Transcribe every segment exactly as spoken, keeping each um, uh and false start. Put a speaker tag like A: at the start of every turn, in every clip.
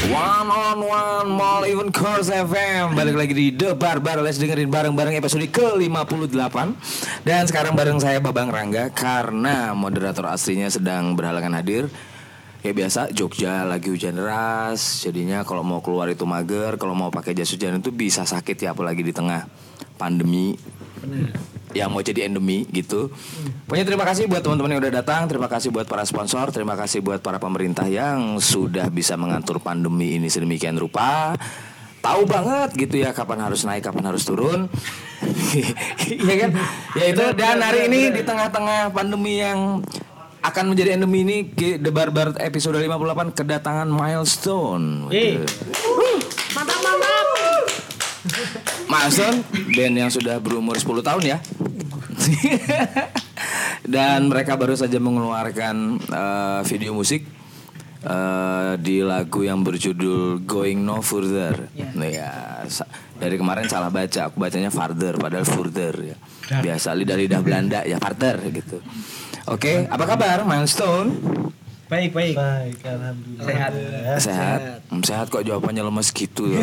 A: One on One Mall Event Course F M. Balik lagi di The Barbar. Let's dengerin bareng-bareng episode ke lima puluh delapan. Dan sekarang bareng saya Babang Rangga, karena moderator aslinya sedang berhalangan hadir. Ya biasa, Jogja lagi hujan deras. Jadinya kalau mau keluar itu mager. Kalau mau pakai jas hujan itu bisa sakit ya, apalagi di tengah pandemi. Benar. Yang mau jadi endemi gitu. Pokoknya terima kasih buat teman-teman yang udah datang. Terima kasih buat para sponsor. Terima kasih buat para pemerintah yang sudah bisa mengatur pandemi ini sedemikian rupa. Tahu banget gitu ya kapan harus naik, kapan harus turun. Iya kan? Ya itu. Dan hari ini di tengah-tengah pandemi yang akan menjadi endemi ini, The Barbar episode lima puluh delapan kedatangan milestone. Gitu.
B: Mantap mantap.
A: Milestone, band yang sudah berumur sepuluh tahun ya. Dan mereka baru saja mengeluarkan uh, video musik uh, di lagu yang berjudul Going No Further. Yeah. Nah, ya, dari kemarin salah baca, aku bacanya Farther padahal Further ya. Biasa lidah-lidah Belanda ya, Farther gitu. Oke, okay, apa kabar Milestone?
B: Baik, baik.
C: Baik, alhamdulillah.
A: Sehat. Sehat. Sehat, hmm, sehat kok jawabannya lemes gitu ya.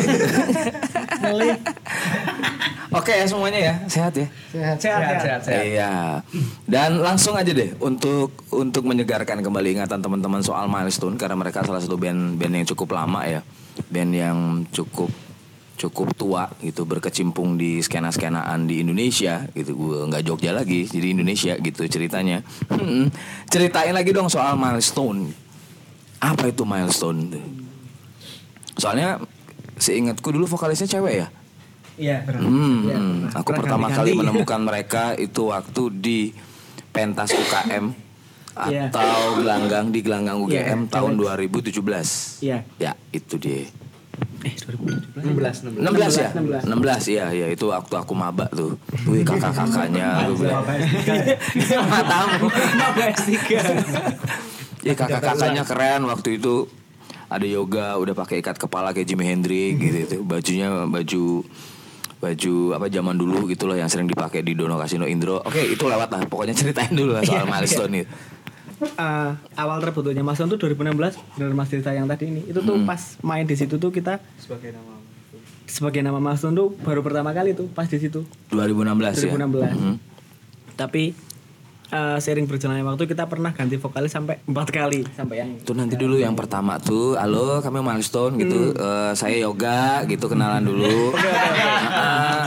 A: Oke ya semuanya ya, sehat ya.
B: Sehat, sehat, sehat, sehat, sehat.
A: Iya. Dan langsung aja deh untuk untuk menyegarkan kembali ingatan teman-teman soal Milestone, karena mereka salah satu band band yang cukup lama ya, band yang cukup cukup tua gitu, berkecimpung di skena-skenaan di Indonesia gitu. Gue nggak Jogja lagi, jadi Indonesia gitu ceritanya. Hmm, ceritain lagi dong soal Milestone. Apa itu Milestone? Soalnya seingatku dulu vokalisnya cewek ya.
B: Iya.
A: Hmm,
B: ya,
A: aku pertama kali menemukan mereka itu waktu di pentas U K M
B: ya.
A: Atau gelanggang di gelanggang U G M ya, tahun
B: cewek.
A: dua ribu tujuh belas.
B: Iya.
A: Ya, itu dia.
B: Eh dua ribu tujuh belas.
A: enam belas ya? enam belas ya, ya itu waktu aku maba tuh. Wih, kakak-kakaknya gue bilang. Matamu.
B: Maba S tiga.
A: Ya kakak-kakaknya keren waktu itu. Ada yoga, udah pakai ikat kepala kayak Jimi Hendrix gitu itu. Bajunya baju baju apa zaman dulu gitu loh yang sering dipakai di Dono Kasino Indro. Oke, itu lewat lah. Pokoknya ceritain dulu lah soal Milestone itu.
B: Uh, awal terbentuknya Milestone tuh dua ribu enam belas, benar Mas cerita yang tadi ini. Itu tuh hmm. pas main di situ tuh kita
C: sebagai nama
B: sebagai nama Milestone tuh baru pertama kali tuh pas di situ.
A: dua ribu enam belas ya.
B: dua ribu enam belas. Mm-hmm. Tapi uh, seiring berjalannya waktu kita pernah ganti vokalis sampai empat kali sampai yang
A: itu nanti dulu yang pertama tuh, halo kami Milestone gitu, hmm. uh, saya yoga gitu, kenalan dulu. uh,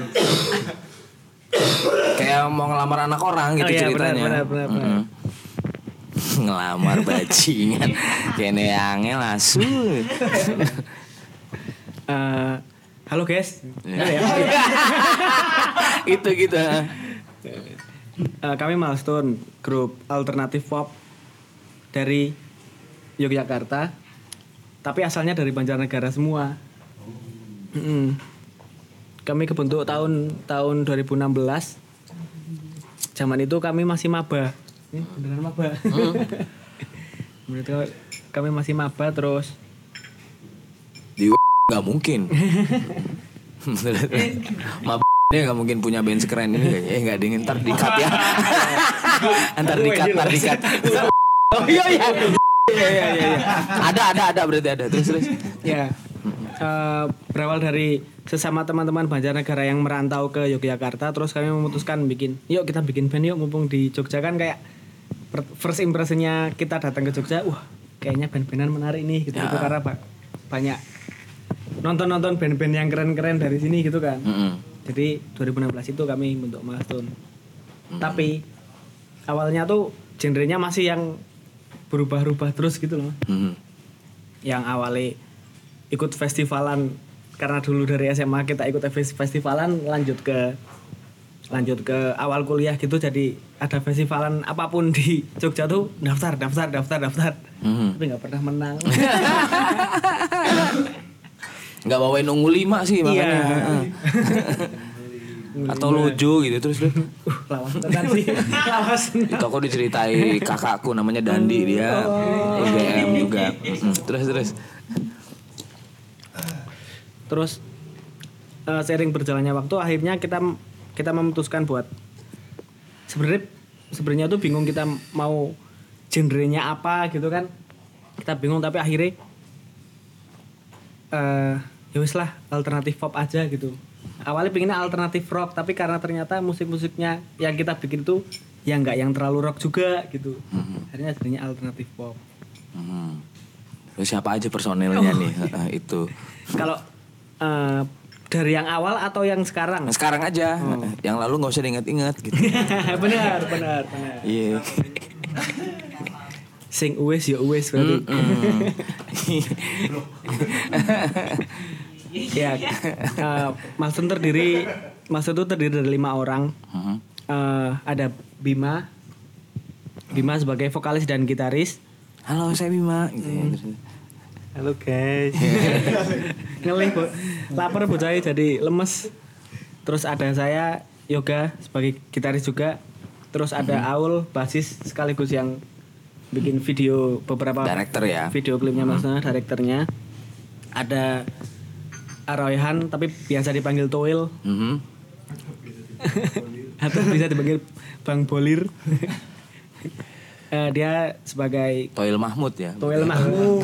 A: kayak mau ngelamar anak orang gitu. Oh, iya, ceritanya.
B: Benar, benar, benar, benar.
A: Mm-hmm. Ngelamar bajingan kene angel asu. uh,
B: halo guys.
A: Ya. Itu gitu.
B: Uh, kami Milestone, grup alternatif pop dari Yogyakarta, tapi asalnya dari Banjarnegara semua. Mm-hmm. Kami kebentuk tahun tahun dua ribu enam belas. Zaman itu kami masih maba. Ini beneran maba. Hmm. Itu kami masih maba terus.
A: Di nggak mungkin. Maba dia nggak mungkin punya band sekeren ini kayaknya. Eh nggak dingin, ntar dikat ya. Ntar dikat, ntar dikat. Oh iya iya. Iya iya iya. Ada ada ada berarti ada terus terus.
B: Ya. Uh, berawal dari sesama teman-teman Banjarnegara yang merantau ke Yogyakarta, terus kami memutuskan bikin, yuk kita bikin band yuk, mumpung di Jogja kan kayak first impressionnya kita datang ke Jogja, wah kayaknya band-bandan menarik nih gitu, ya. Gitu karena pak banyak nonton-nonton band-band yang keren-keren dari sini gitu kan. Mm-hmm. Jadi dua ribu enam belas itu kami bentuk Milestone. Mm-hmm. Tapi awalnya tuh genrenya masih yang berubah-ubah terus gitu loh. Mm-hmm. Yang awalnya ikut festivalan, karena dulu dari S M A kita ikut festivalan, lanjut ke lanjut ke awal kuliah gitu, jadi ada festivalan apapun di Jogja tuh daftar daftar daftar daftar mm-hmm. tapi nggak pernah menang.
A: Nggak bawain ungu lima sih makanya. Iya. Atau lojo gitu terus lu.
B: Uh, lawas tenan sih. Lawas.
A: Itu aku diceritai kakakku namanya Dandi, dia U G M juga. Hmm, terus terus.
B: Terus uh, seiring berjalannya waktu akhirnya kita kita memutuskan buat sebenarnya sebenarnya tuh bingung kita mau genrenya apa gitu kan. Kita bingung tapi akhirnya eh ya wis lah alternatif pop aja gitu. Awalnya pengennya alternatif rock tapi karena ternyata musik-musiknya yang kita bikin tuh ya nggak yang terlalu rock juga gitu. Mm-hmm. Akhirnya jadinya alternatif pop.
A: Mm-hmm. Terus siapa aja personelnya oh. nih itu?
B: Kalau uh, dari yang awal atau yang sekarang?
A: Nah, sekarang aja. Oh. Yang lalu nggak usah diingat-ingat gitu.
B: benar, benar, benar.
A: Iya. Yeah.
B: Sing uwes ya uwes berarti. Ya, uh, Master terdiri, Master itu terdiri dari lima orang. Uh-huh. Uh, ada Bima, Bima sebagai vokalis dan gitaris.
A: Halo, saya Bima.
B: Hmm. Halo guys. Ngelih bu, lapar bocah jadi lemes. Terus ada saya Yoga sebagai gitaris juga. Terus ada uh-huh. Aul basis sekaligus yang bikin video beberapa
A: director ya.
B: Video klipnya maksudnya uh-huh. direkturnya. Ada Aroyhan tapi biasa dipanggil Toil. Mm-hmm. Atau bisa dipanggil Bang Bolir. uh, dia sebagai
A: Toil Mahmud ya.
B: Toil Mahmud.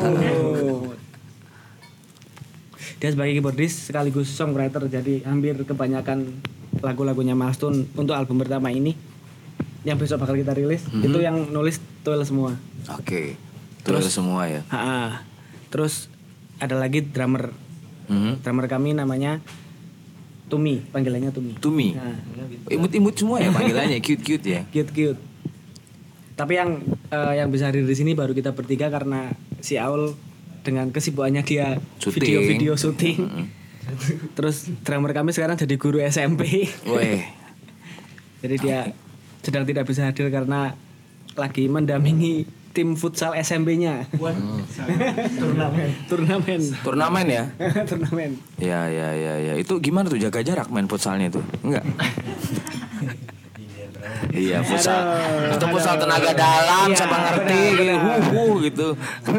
B: Dia sebagai keyboardist sekaligus songwriter, jadi hampir kebanyakan lagu-lagunya Milestone untuk album pertama ini yang besok bakal kita rilis mm-hmm. itu yang nulis Toil semua.
A: Oke. Okay. Toil semua ya.
B: Ha-ha. Terus ada lagi drummer. Mm-hmm. Drummer kami namanya Tumi, panggilannya Tumi.
A: Tumi. Nah, imut-imut semua ya panggilannya, cute-cute ya.
B: Cute-cute. Tapi yang uh, yang bisa hadir di sini baru kita bertiga karena si Aul dengan kesibukannya dia
A: shooting.
B: video-video syuting. Mm-hmm. Terus drummer kami sekarang jadi guru S M P.
A: Weh.
B: Jadi dia sedang tidak bisa hadir karena lagi mendampingi tim futsal S M P-nya. Hmm. Turnamen. Turnamen.
A: Turnamen ya?
B: Turnamen.
A: Ya ya ya ya. Itu gimana tuh jaga jarak main futsalnya tuh? Enggak. Iya, futsal. Itu futsal tenaga dalam, ya, siapa ngerti gitu. Huh, huh, gitu.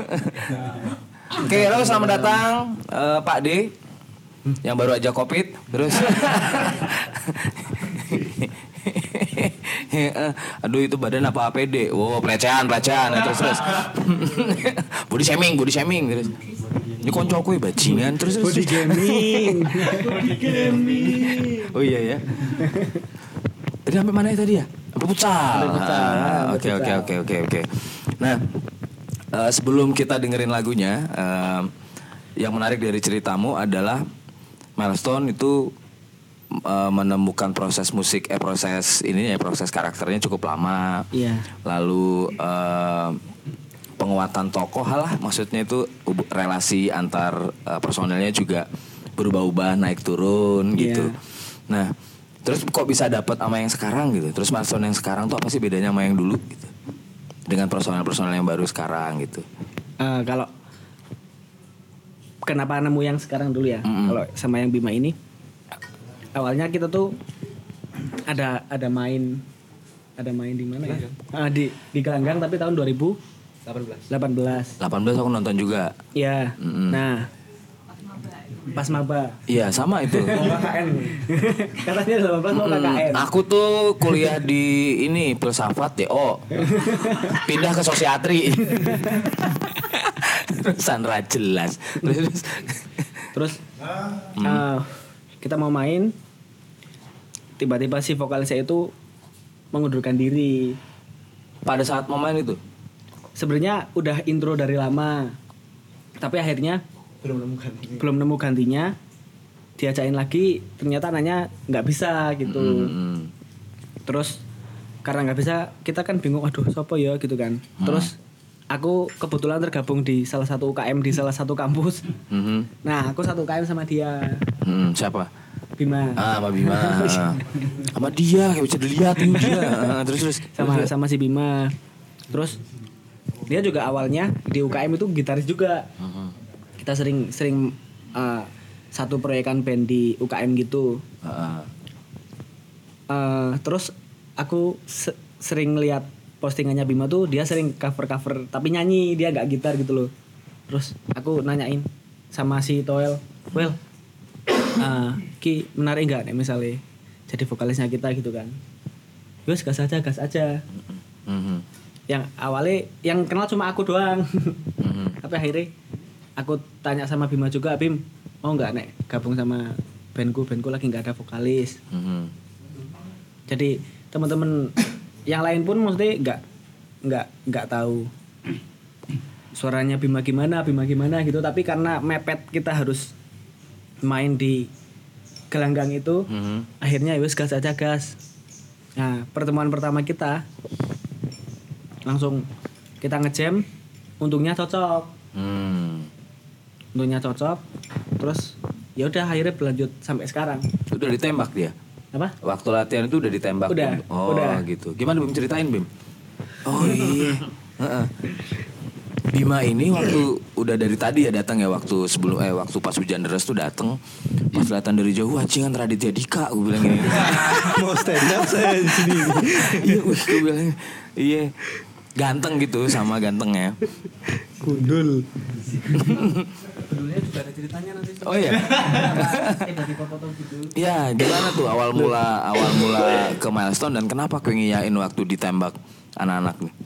A: Oke, halo selamat datang uh, Pak D yang baru aja Covid. Terus aduh itu badan apa A P D? Wow, pelecehan, pelecehan terus terus. Body shaming, body shaming terus. Ini koncoku ya bajingan terus terus.
B: Body shaming. Body shaming.
A: Oh iya ya. Tadi sampai mana ya tadi ya? Sampai futsal. Oke oke oke oke oke. Nah, uh, sebelum kita dengerin lagunya, uh, yang menarik dari ceritamu adalah Milestone itu Uh, menemukan proses musik eh proses ini ya proses karakternya cukup lama.
B: Iya.
A: Lalu uh, penguatan tokoh lah maksudnya itu relasi antar uh, personelnya juga berubah-ubah naik turun gitu. Iya. Nah, terus kok bisa dapat sama yang sekarang gitu. Terus Milestone yang sekarang tuh apa sih bedanya sama yang dulu gitu. Dengan personel-personel yang baru sekarang gitu.
B: Uh, kalau kenapa nemu yang sekarang dulu ya? Mm-hmm. Kalau sama yang Bima ini awalnya kita tuh ada ada main ada main di mana ya? Ah, di di Gelanggang tapi tahun dua ribu delapan belas.
A: delapan belas aku nonton juga.
B: Iya. Mm-hmm. Nah, pas maba.
A: Iya, sama itu.
B: K K N. Katanya delapan belas mau K K N.
A: Aku tuh kuliah di ini filsafat D O. Pindah ke sosiatri. Sandra jelas. Terus
B: terus hmm. uh, kita mau main, tiba-tiba si vokalis saya itu mengundurkan diri.
A: Pada saat mau main itu?
B: Sebenarnya udah intro dari lama, tapi akhirnya
C: belum nemu gantinya.
B: Belum nemu gantinya. Diajakin lagi, ternyata nanya nggak bisa gitu. Mm-hmm. Terus karena nggak bisa, kita kan bingung, aduh siapa ya gitu kan. Mm. Terus aku kebetulan tergabung di salah satu U K M di salah satu kampus. Mm-hmm. Nah, aku satu U K M sama dia.
A: Hmm, siapa?
B: Bima.
A: Ah, sama Bima. Sama dia kayak bisa dilihat tuh dia. Terus terus
B: sama terus, sama si Bima. Terus dia juga awalnya di U K M itu gitaris juga. Uh-huh. Kita sering sering uh, satu proyekan band di U K M gitu. Uh-huh. Uh, terus aku se- sering lihat postingannya Bima tuh dia sering cover-cover tapi nyanyi, dia nggak gitar gitu loh. Terus aku nanyain sama si Toel, "Well, Uh, Ki menarik nggak nih misalnya jadi vokalisnya kita gitu kan?" Yus gas aja gas aja. Mm-hmm. Yang awalnya yang kenal cuma aku doang. Mm-hmm. Tapi akhirnya aku tanya sama Bima juga, Bim mau nggak nek gabung sama bandku, bandku lagi nggak ada vokalis.
A: Mm-hmm.
B: Jadi teman-teman yang lain pun mesti nggak nggak nggak tahu suaranya Bima gimana, Bima gimana gitu. Tapi karena mepet kita harus main di gelanggang itu,
A: Mm-hmm.
B: akhirnya wis gas aja gas. Nah pertemuan pertama kita langsung kita ngejam, untungnya cocok.
A: Hmm.
B: Untungnya cocok, terus ya udah akhirnya berlanjut sampai sekarang.
A: Udah ditembak dia?
B: Apa?
A: Waktu latihan itu udah ditembak?
B: Udah,
A: Oh
B: udah.
A: gitu. Gimana Bim, ceritain Bim? Oh iya. Heeh. Bima ini waktu udah dari tadi ya datang ya, waktu sebelum eh waktu pas hujan deras tuh datang, pas kelihatan dari jauh anjing kan Raditya Dika, gue bilang gini.
C: Mau stand up saya di sini.
A: Iya, gue bilang iya. Ganteng gitu sama gantengnya.
C: Gundul.
B: Pedulnya juga ada ceritanya nanti.
A: Oh iya.
B: Eh dari foto gitu.
A: Iya, gimana tuh awal mula awal mula ke Milestone dan kenapa kau ngiyain waktu ditembak anak-anak nih?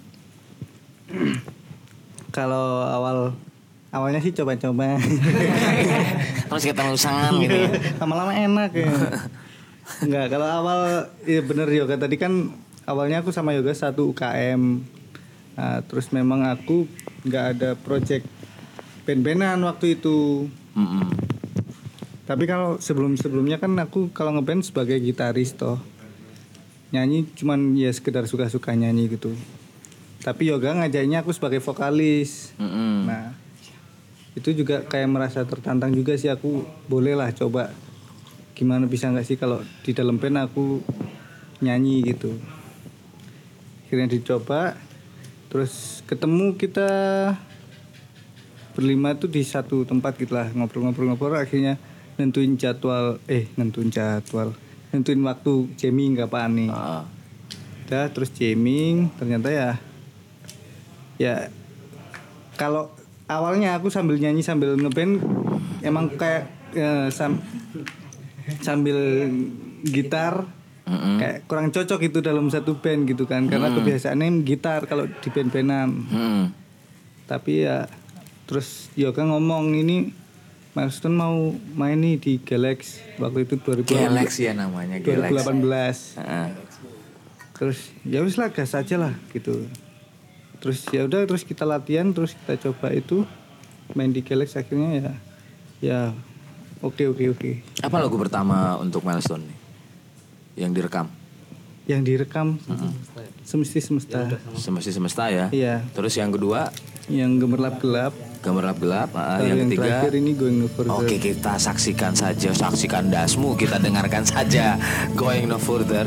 C: Kalau awal awalnya sih coba-coba.
A: Terus ketemu sangan gitu. Ya.
C: Lama-lama enak ya. Enggak, kalau awal ya bener Yoga tadi kan awalnya aku sama Yoga satu U K M. Nah, terus memang aku nggak ada project band-bandan waktu itu.
A: Mm-mm.
C: Tapi kalau sebelum-sebelumnya kan aku kalau ngeband sebagai gitaris toh. Nyanyi cuman ya sekedar suka-suka nyanyi gitu. Tapi Yoga ngajaknya aku sebagai vokalis.
A: Mm-mm.
C: Nah, itu juga kayak merasa tertantang juga sih, aku bolehlah coba gimana bisa nggak sih kalau di dalam band aku nyanyi gitu. Akhirnya dicoba, terus ketemu kita berlima tuh di satu tempat gitu lah, ngobrol-ngobrol-ngobrol, akhirnya nentuin jadwal, eh nentuin jadwal, nentuin waktu jamming kapan nih.
A: Ah.
C: Udah terus jamming, ternyata ya, ya kalau awalnya aku sambil nyanyi sambil ngeband emang kayak ya, sam, sambil gitar.
A: Mm-mm.
C: Kayak kurang cocok itu dalam satu band gitu kan, karena
A: Mm.
C: kebiasaannya gitar kalau di band-bandan.
A: Mm-mm.
C: Tapi ya terus Yoga ngomong ini Milestone mau main nih di Galax waktu itu dua ribu delapan belas.
A: Galaxy ya namanya,
C: dua ribu delapan
A: Galaxy.
C: belas.
A: Heeh.
C: Terus ya wis lah gas aja lah gitu. Terus ya udah terus kita latihan, terus kita coba itu main di Galax, akhirnya ya ya oke oke oke.
A: Apa lagu pertama untuk Milestone nih? Yang direkam?
C: Yang direkam Semesti Semesta.
A: Semesti Semesta ya?
C: Iya.
A: Terus yang kedua?
C: Yang Gemerlap Gelap.
A: Gemerlap Gelap. Ah,
C: Kalau
A: yang,
C: yang
A: ketiga?
C: terakhir ini Going No Further.
A: Oke, kita saksikan saja, saksikan dasmu, kita dengarkan saja Going No Further.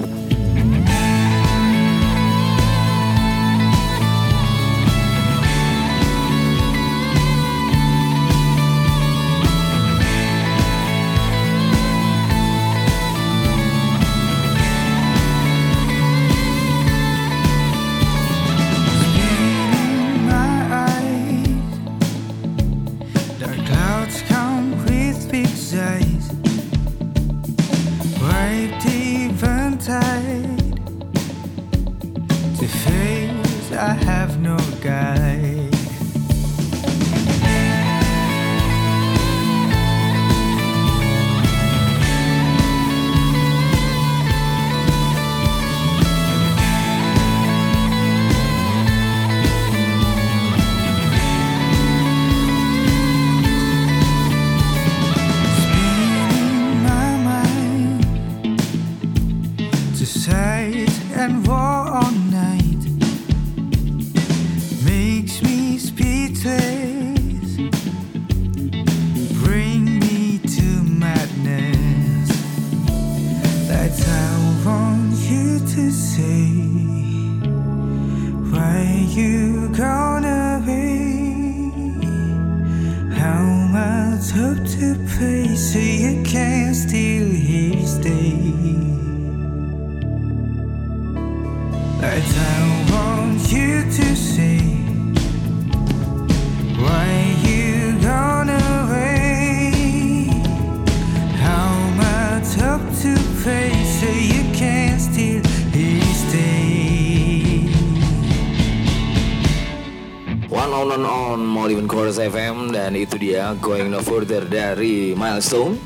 A: Course F M dan itu dia Going No Further dari Milestone.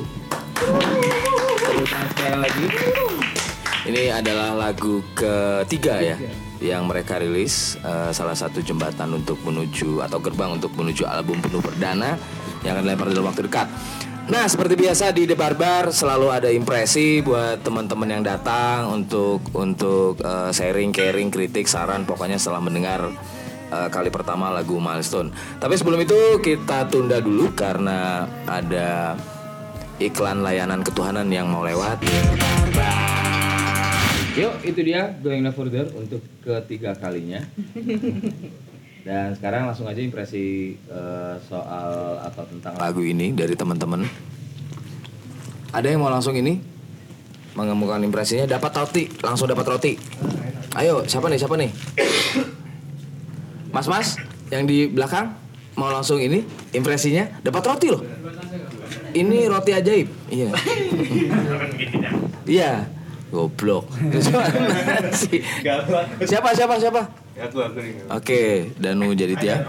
A: Tepuk tangan sekali lagi. Ini adalah lagu ketiga ya yang mereka rilis, uh, salah satu jembatan untuk menuju atau gerbang untuk menuju album penuh perdana yang akan dilempar dalam waktu dekat. Nah, seperti biasa di The Barbar selalu ada impresi buat teman-teman yang datang untuk untuk uh, sharing, caring, kritik, saran, pokoknya setelah mendengar uh, kali pertama lagu Milestone. Tapi sebelum itu kita tunda dulu karena ada iklan layanan ketuhanan yang mau lewat.
D: Yuk, itu dia Going No Further untuk ketiga kalinya. Dan sekarang langsung aja impresi uh, soal atau tentang
A: lagu ini dari teman-teman. Ada yang mau langsung ini mengemukakan impresinya, dapat roti, langsung dapat roti. Ayo, siapa nih? Siapa nih? Mas-mas yang di belakang mau langsung ini impresinya, dapat roti loh. Ini roti ajaib. Iya. Iya. Goblok. Siapa siapa siapa?
E: Aku aku nih.
A: Oke, Danu jadi dia.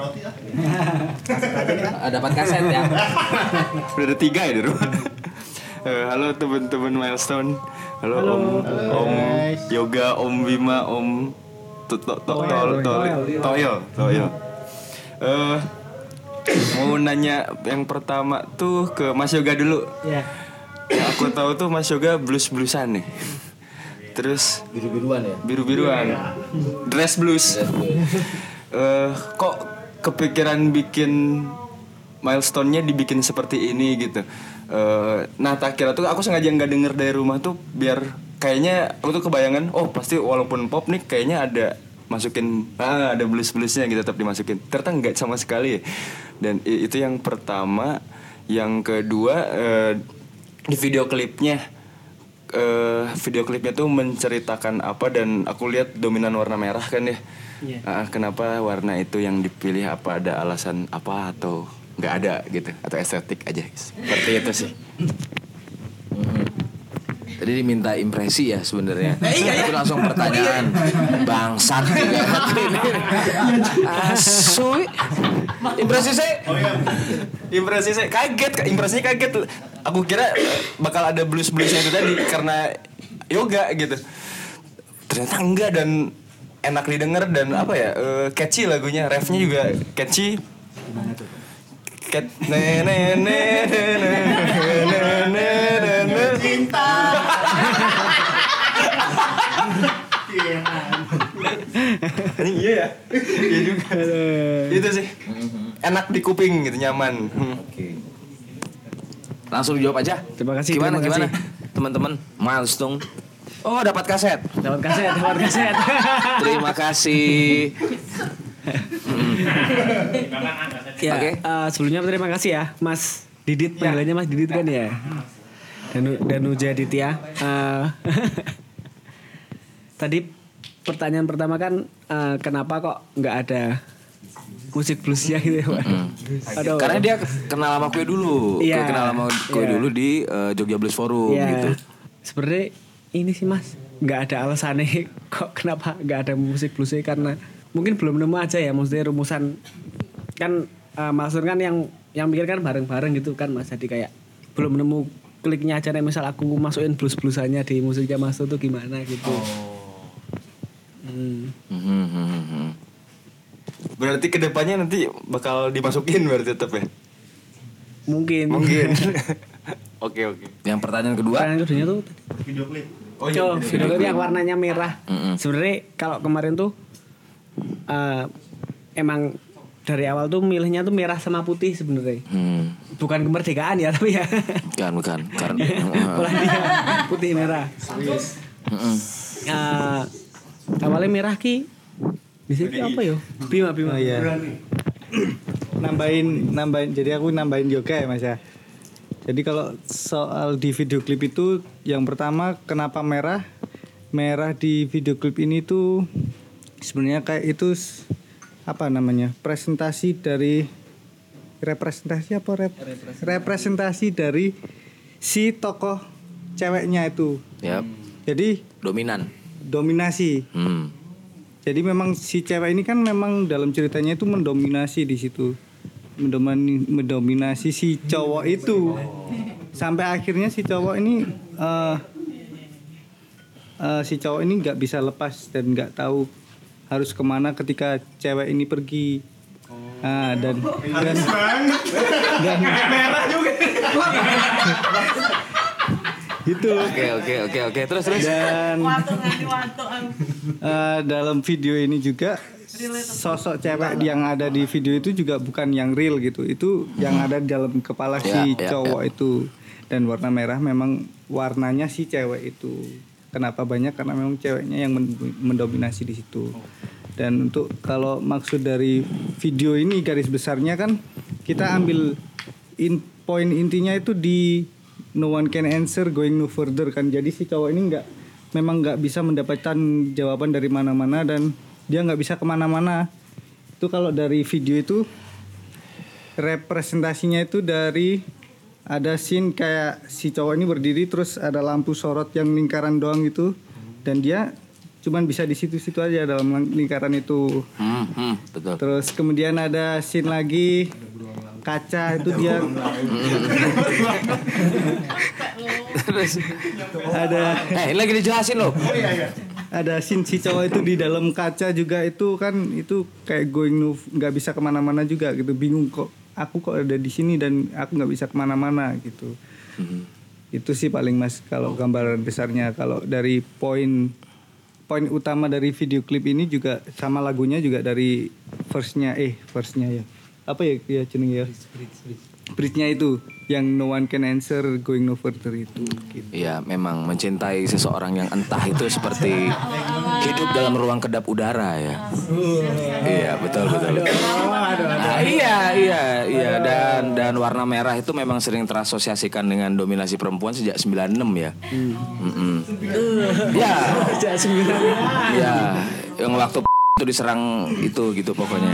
A: Dapat kaset ya.
E: Udah ada tiga ya di rumah. Uh, halo teman-teman Milestone. Halo,
B: Halo.
E: Om Om Yoga, Om Bima, Om Tol Tol Tol Toil Toil. Eh mau nanya yang pertama tuh ke Mas Yoga dulu.
B: Ya.
E: Yang aku tahu tuh Mas Yoga blues-bluesan nih. Terus
A: Biru-biruan ya.
E: biru-biruan. Dress blues. Eh kok kepikiran bikin milestone-nya dibikin seperti ini gitu. Uh, nah tak kira tuh aku sengaja nggak denger dari rumah tuh biar kayaknya aku tuh kebayangan oh pasti walaupun pop nih kayaknya ada masukin ah, ada blues bluesnya gitu tetap dimasukin ternyata nggak sama sekali. Dan itu yang pertama. Yang kedua uh, di video klipnya uh, video klipnya tuh menceritakan apa dan aku lihat dominan warna merah kan ya.
B: Yeah.
E: Uh, kenapa warna itu yang dipilih, apa ada alasan apa atau nggak ada gitu atau estetik aja seperti itu sih.
A: Hmm. Tadi diminta impresi ya sebenarnya. Itu langsung pertanyaan bangsat juga. Asu. Impresi saya.
E: Impresi saya kaget, impresinya kaget. Aku kira bakal ada blues bluesnya itu tadi karena yoga gitu. Ternyata enggak dan enak didengar dan apa ya uh, catchy lagunya, refnya juga catchy. Cat ne ne ne ne ne ne ne ne cinta. Ini iya ya. Iya juga. Itu sih. Enak di kuping gitu, nyaman.
A: Oke. Langsung dijawab aja.
B: Terima kasih.
A: Gimana
B: terima
A: gimana?
B: kasih.
A: Teman-teman, Milestone. Oh, dapat kaset.
B: Dapat kaset, dapat kaset.
A: Terima kasih.
B: Ya,
A: Oke.
B: eh, sebelumnya terima kasih ya, Mas Didit, panggilannya Mas Didit kan ya. Danu Danu Jaditya. Eh, tadi pertanyaan pertama kan eh, kenapa kok nggak ada musik bluesnya gitu ya, Pak? Aduh.
A: Karena dia kenal sama kue dulu.
B: Iya.
A: Kue kenal sama kue
B: Iya.
A: dulu di uh, Jogja Blues Forum
B: Iya.
A: gitu.
B: Sebenarnya ini sih Mas, nggak ada alasannya kok kenapa nggak ada musik bluesnya, karena mungkin belum nemu aja ya, maksudnya rumusan kan uh, maksud kan yang yang mikir kan bareng-bareng gitu kan Mas, jadi kayak belum nemu kliknya aja nih, misal aku masukin blues-bluesannya di musiknya Mas tuh gimana gitu. Hmm.
A: Hmm, hmm, hmm.
E: Berarti kedepannya nanti bakal dimasukin berarti tetap ya?
B: Mungkin.
E: Mungkin. Oke oke.
A: Yang pertanyaan kedua.
B: Pertanyaan keduanya tuh
E: Video klip.
B: Oh, iya, video klip yang warnanya merah.
A: Mm-mm.
B: Sebenarnya kalau kemarin tuh uh, emang dari awal tuh milihnya tuh merah sama putih sebenarnya.
A: Hmm.
B: Bukan kemerdekaan ya, tapi ya.
A: Bukan, bukan. Karena
B: Polandia putih merah.
A: Mm-mm.
B: Uh, awalnya merah ki. Di situ apa yo? Bima Bima.
C: Oh, iya. nambahin nambahin jadi aku nambahin yoga ya Mas ya. Jadi kalau soal di video klip itu yang pertama kenapa merah? Merah di video klip ini tuh sebenarnya kayak itu apa namanya? Presentasi dari representasi apa rep, representasi dari si tokoh ceweknya itu.
A: Yap.
C: Jadi
A: Dominan.
C: dominasi.
A: Hmm.
C: Jadi memang si cewek ini kan memang dalam ceritanya itu mendominasi di situ. mendomani, mendominasi si cowok itu sampai akhirnya si cowok ini uh, uh, si cowok ini nggak bisa lepas dan nggak tahu harus kemana ketika cewek ini pergi. Ah dan dan dan merah juga. Gitu.
A: Oke oke oke oke terus terus.
C: Dan uh, dalam video ini juga sosok cewek yang ada di video itu juga bukan yang real gitu. Itu yang ada di dalam kepala si
A: Ya, ya,
C: cowok
A: ya.
C: itu. Dan warna merah memang warnanya si cewek itu. Kenapa banyak? Karena memang ceweknya yang men- mendominasi di situ. Dan untuk kalau maksud dari video ini garis besarnya kan kita ambil in, poin intinya itu di no one can answer going no further kan. Jadi si cowok ini nggak memang nggak bisa mendapatkan jawaban dari mana-mana dan dia nggak bisa kemana-mana. Itu kalau dari video itu representasinya itu dari ada scene kayak si cowok ini berdiri terus ada lampu sorot yang lingkaran doang gitu dan dia cuman bisa di situ-situ aja dalam lingkaran itu.
A: Hmm, hmm, betul.
C: Terus kemudian ada scene lagi kaca itu dia ada
A: Eh, ini lagi dijelasin loh.
C: ada scene si cowok itu di dalam kaca juga itu kan itu kayak going no nggak bisa kemana-mana juga gitu, bingung kok aku kok ada di sini dan aku nggak bisa kemana-mana gitu.
A: Hmm.
C: Itu sih paling mas kalau gambaran besarnya. Kalau dari poin poin utama dari video klip ini juga sama lagunya juga dari verse-nya eh verse-nya ya apa ya ya jeneng ya bridge-nya itu yang no one can answer going no further itu gitu.
A: Iya, memang mencintai seseorang yang entah itu seperti hidup dalam ruang kedap udara ya. Iya, betul betul. Nah, iya, iya, iya dan dan warna merah itu memang sering terasosiasikan dengan dominasi perempuan sejak sembilan puluh enam ya. Mm-mm. Ya.
B: Sejak sembilan.
A: Ya, yang waktu itu diserang itu gitu pokoknya.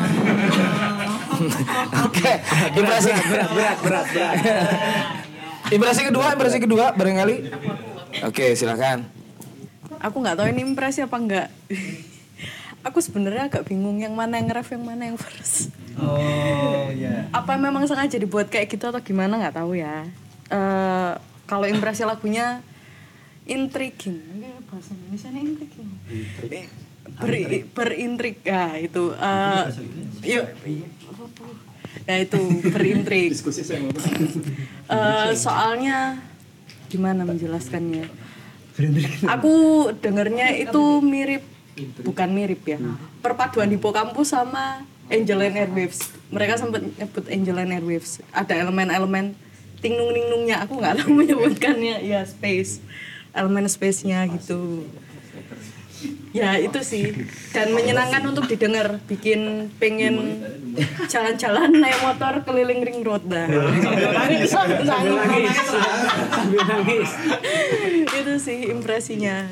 A: Oke, impresi
B: berat berat berat berat.
A: impresi kedua, impresi kedua barangkali. Oke, silakan.
F: Aku nggak tahu ini impresi apa enggak. Aku sebenarnya agak bingung yang mana yang ref, yang mana yang verse.
C: Oh ya.
F: Apa memang sengaja dibuat kayak gitu atau gimana nggak tahu ya. Eh, kalau impresi lagunya intriguing. Bahasa Indonesia ini intriguing. Ber, berintrik ya itu. Uh, yuk. Ya itu berintrik. Uh, soalnya gimana menjelaskannya? Aku dengarnya itu mirip, bukan mirip ya. Perpaduan Hippocampus sama Angeline Airwaves. Mereka sempat nyebut Angeline Airwaves. Ada elemen-elemen tingnung-ningnungnya. Aku nggak tahu menyebutkannya. Ya space, elemen space-nya gitu. Ya itu sih, dan menyenangkan untuk didengar, bikin pengen jalan-jalan naik motor keliling ring road dah. Sambil nangis, sambil nangis, sambil nangis. Itu sih impresinya.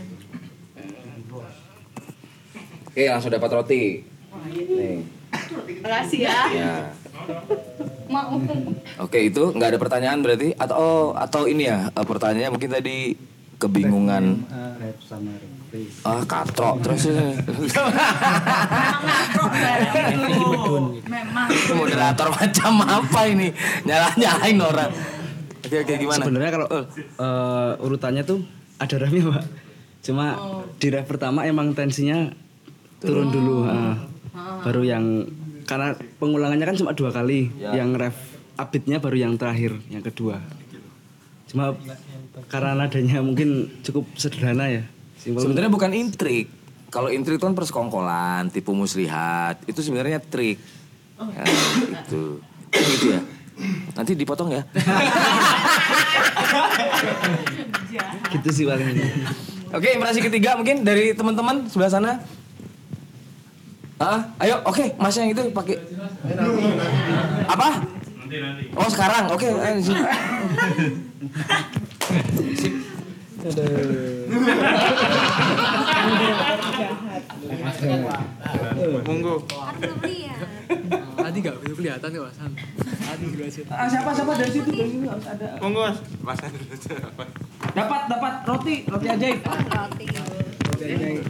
A: Oke, langsung dapat roti. Nih.
F: Makasih ya.
A: Ya.
F: Mau.
A: Oke, itu nggak ada pertanyaan berarti atau oh, atau ini ya eh, pertanyaannya mungkin tadi kebingungan. Ah, katrok terus.
F: Memang.
A: Moderator macam apa ini? Nyalah-nyalahin orang. Oke, oke gimana?
G: Sebenarnya kalau uh, urutannya tuh ada refnya, Pak. Cuma
F: Oh.
G: di ref pertama emang tensinya turun dulu. Uh, baru yang karena pengulangannya kan cuma dua kali.
A: Ya.
G: Yang ref upbeatnya baru yang terakhir, yang kedua. Cuma karena nadanya mungkin cukup sederhana ya. Simpel.
A: Sebenarnya bukan intrik. Kalau intrik itu kan persekongkolan, tipu muslihat. Itu sebenarnya trik. Ya, itu. Gitu ya. Nanti dipotong ya.
G: Gitu sih paling.
A: Oke, impresi ketiga mungkin dari teman-teman sebelah sana. Ah, ayo, oke, Mas yang itu pakai. Apa? Oh, sekarang. Oke, ayo di sini.
E: Monggo.
B: Tadi nggak bisa kelihatan ya Mas. Tadi juga sih.
A: Ah, siapa siapa dari situ dari situ harus ada.
E: Monggo Mas. Mas.
A: Dapat dapat roti, roti ajaib.
F: Roti.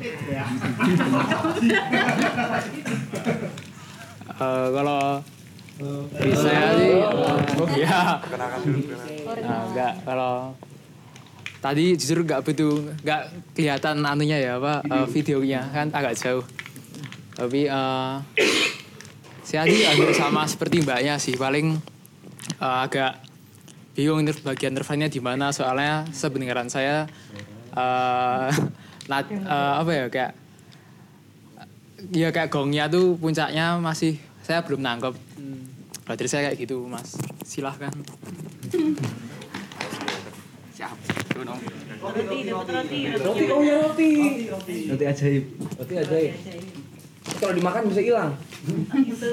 B: Uh, kalau
H: Saya sih, oh iya. Nah, enggak kalau tadi justru enggak betul, enggak kelihatan anunya ya apa uh, videonya kan agak jauh. Tapi uh, saya sih agak sama seperti mbaknya sih, paling uh, agak bingung bagian nerfnya di mana soalnya sebenarnya saya uh, nat, uh, apa ya kayak ya kayak gongnya tuh puncaknya masih saya belum nangkep. Berarti saya kayak gitu mas. Silahkan. Siap.
B: Roti, dapat roti. Roti, oh ya roti.
G: Roti ajaib.
A: Roti ajaib. Kalau dimakan bisa hilang.
F: Itu.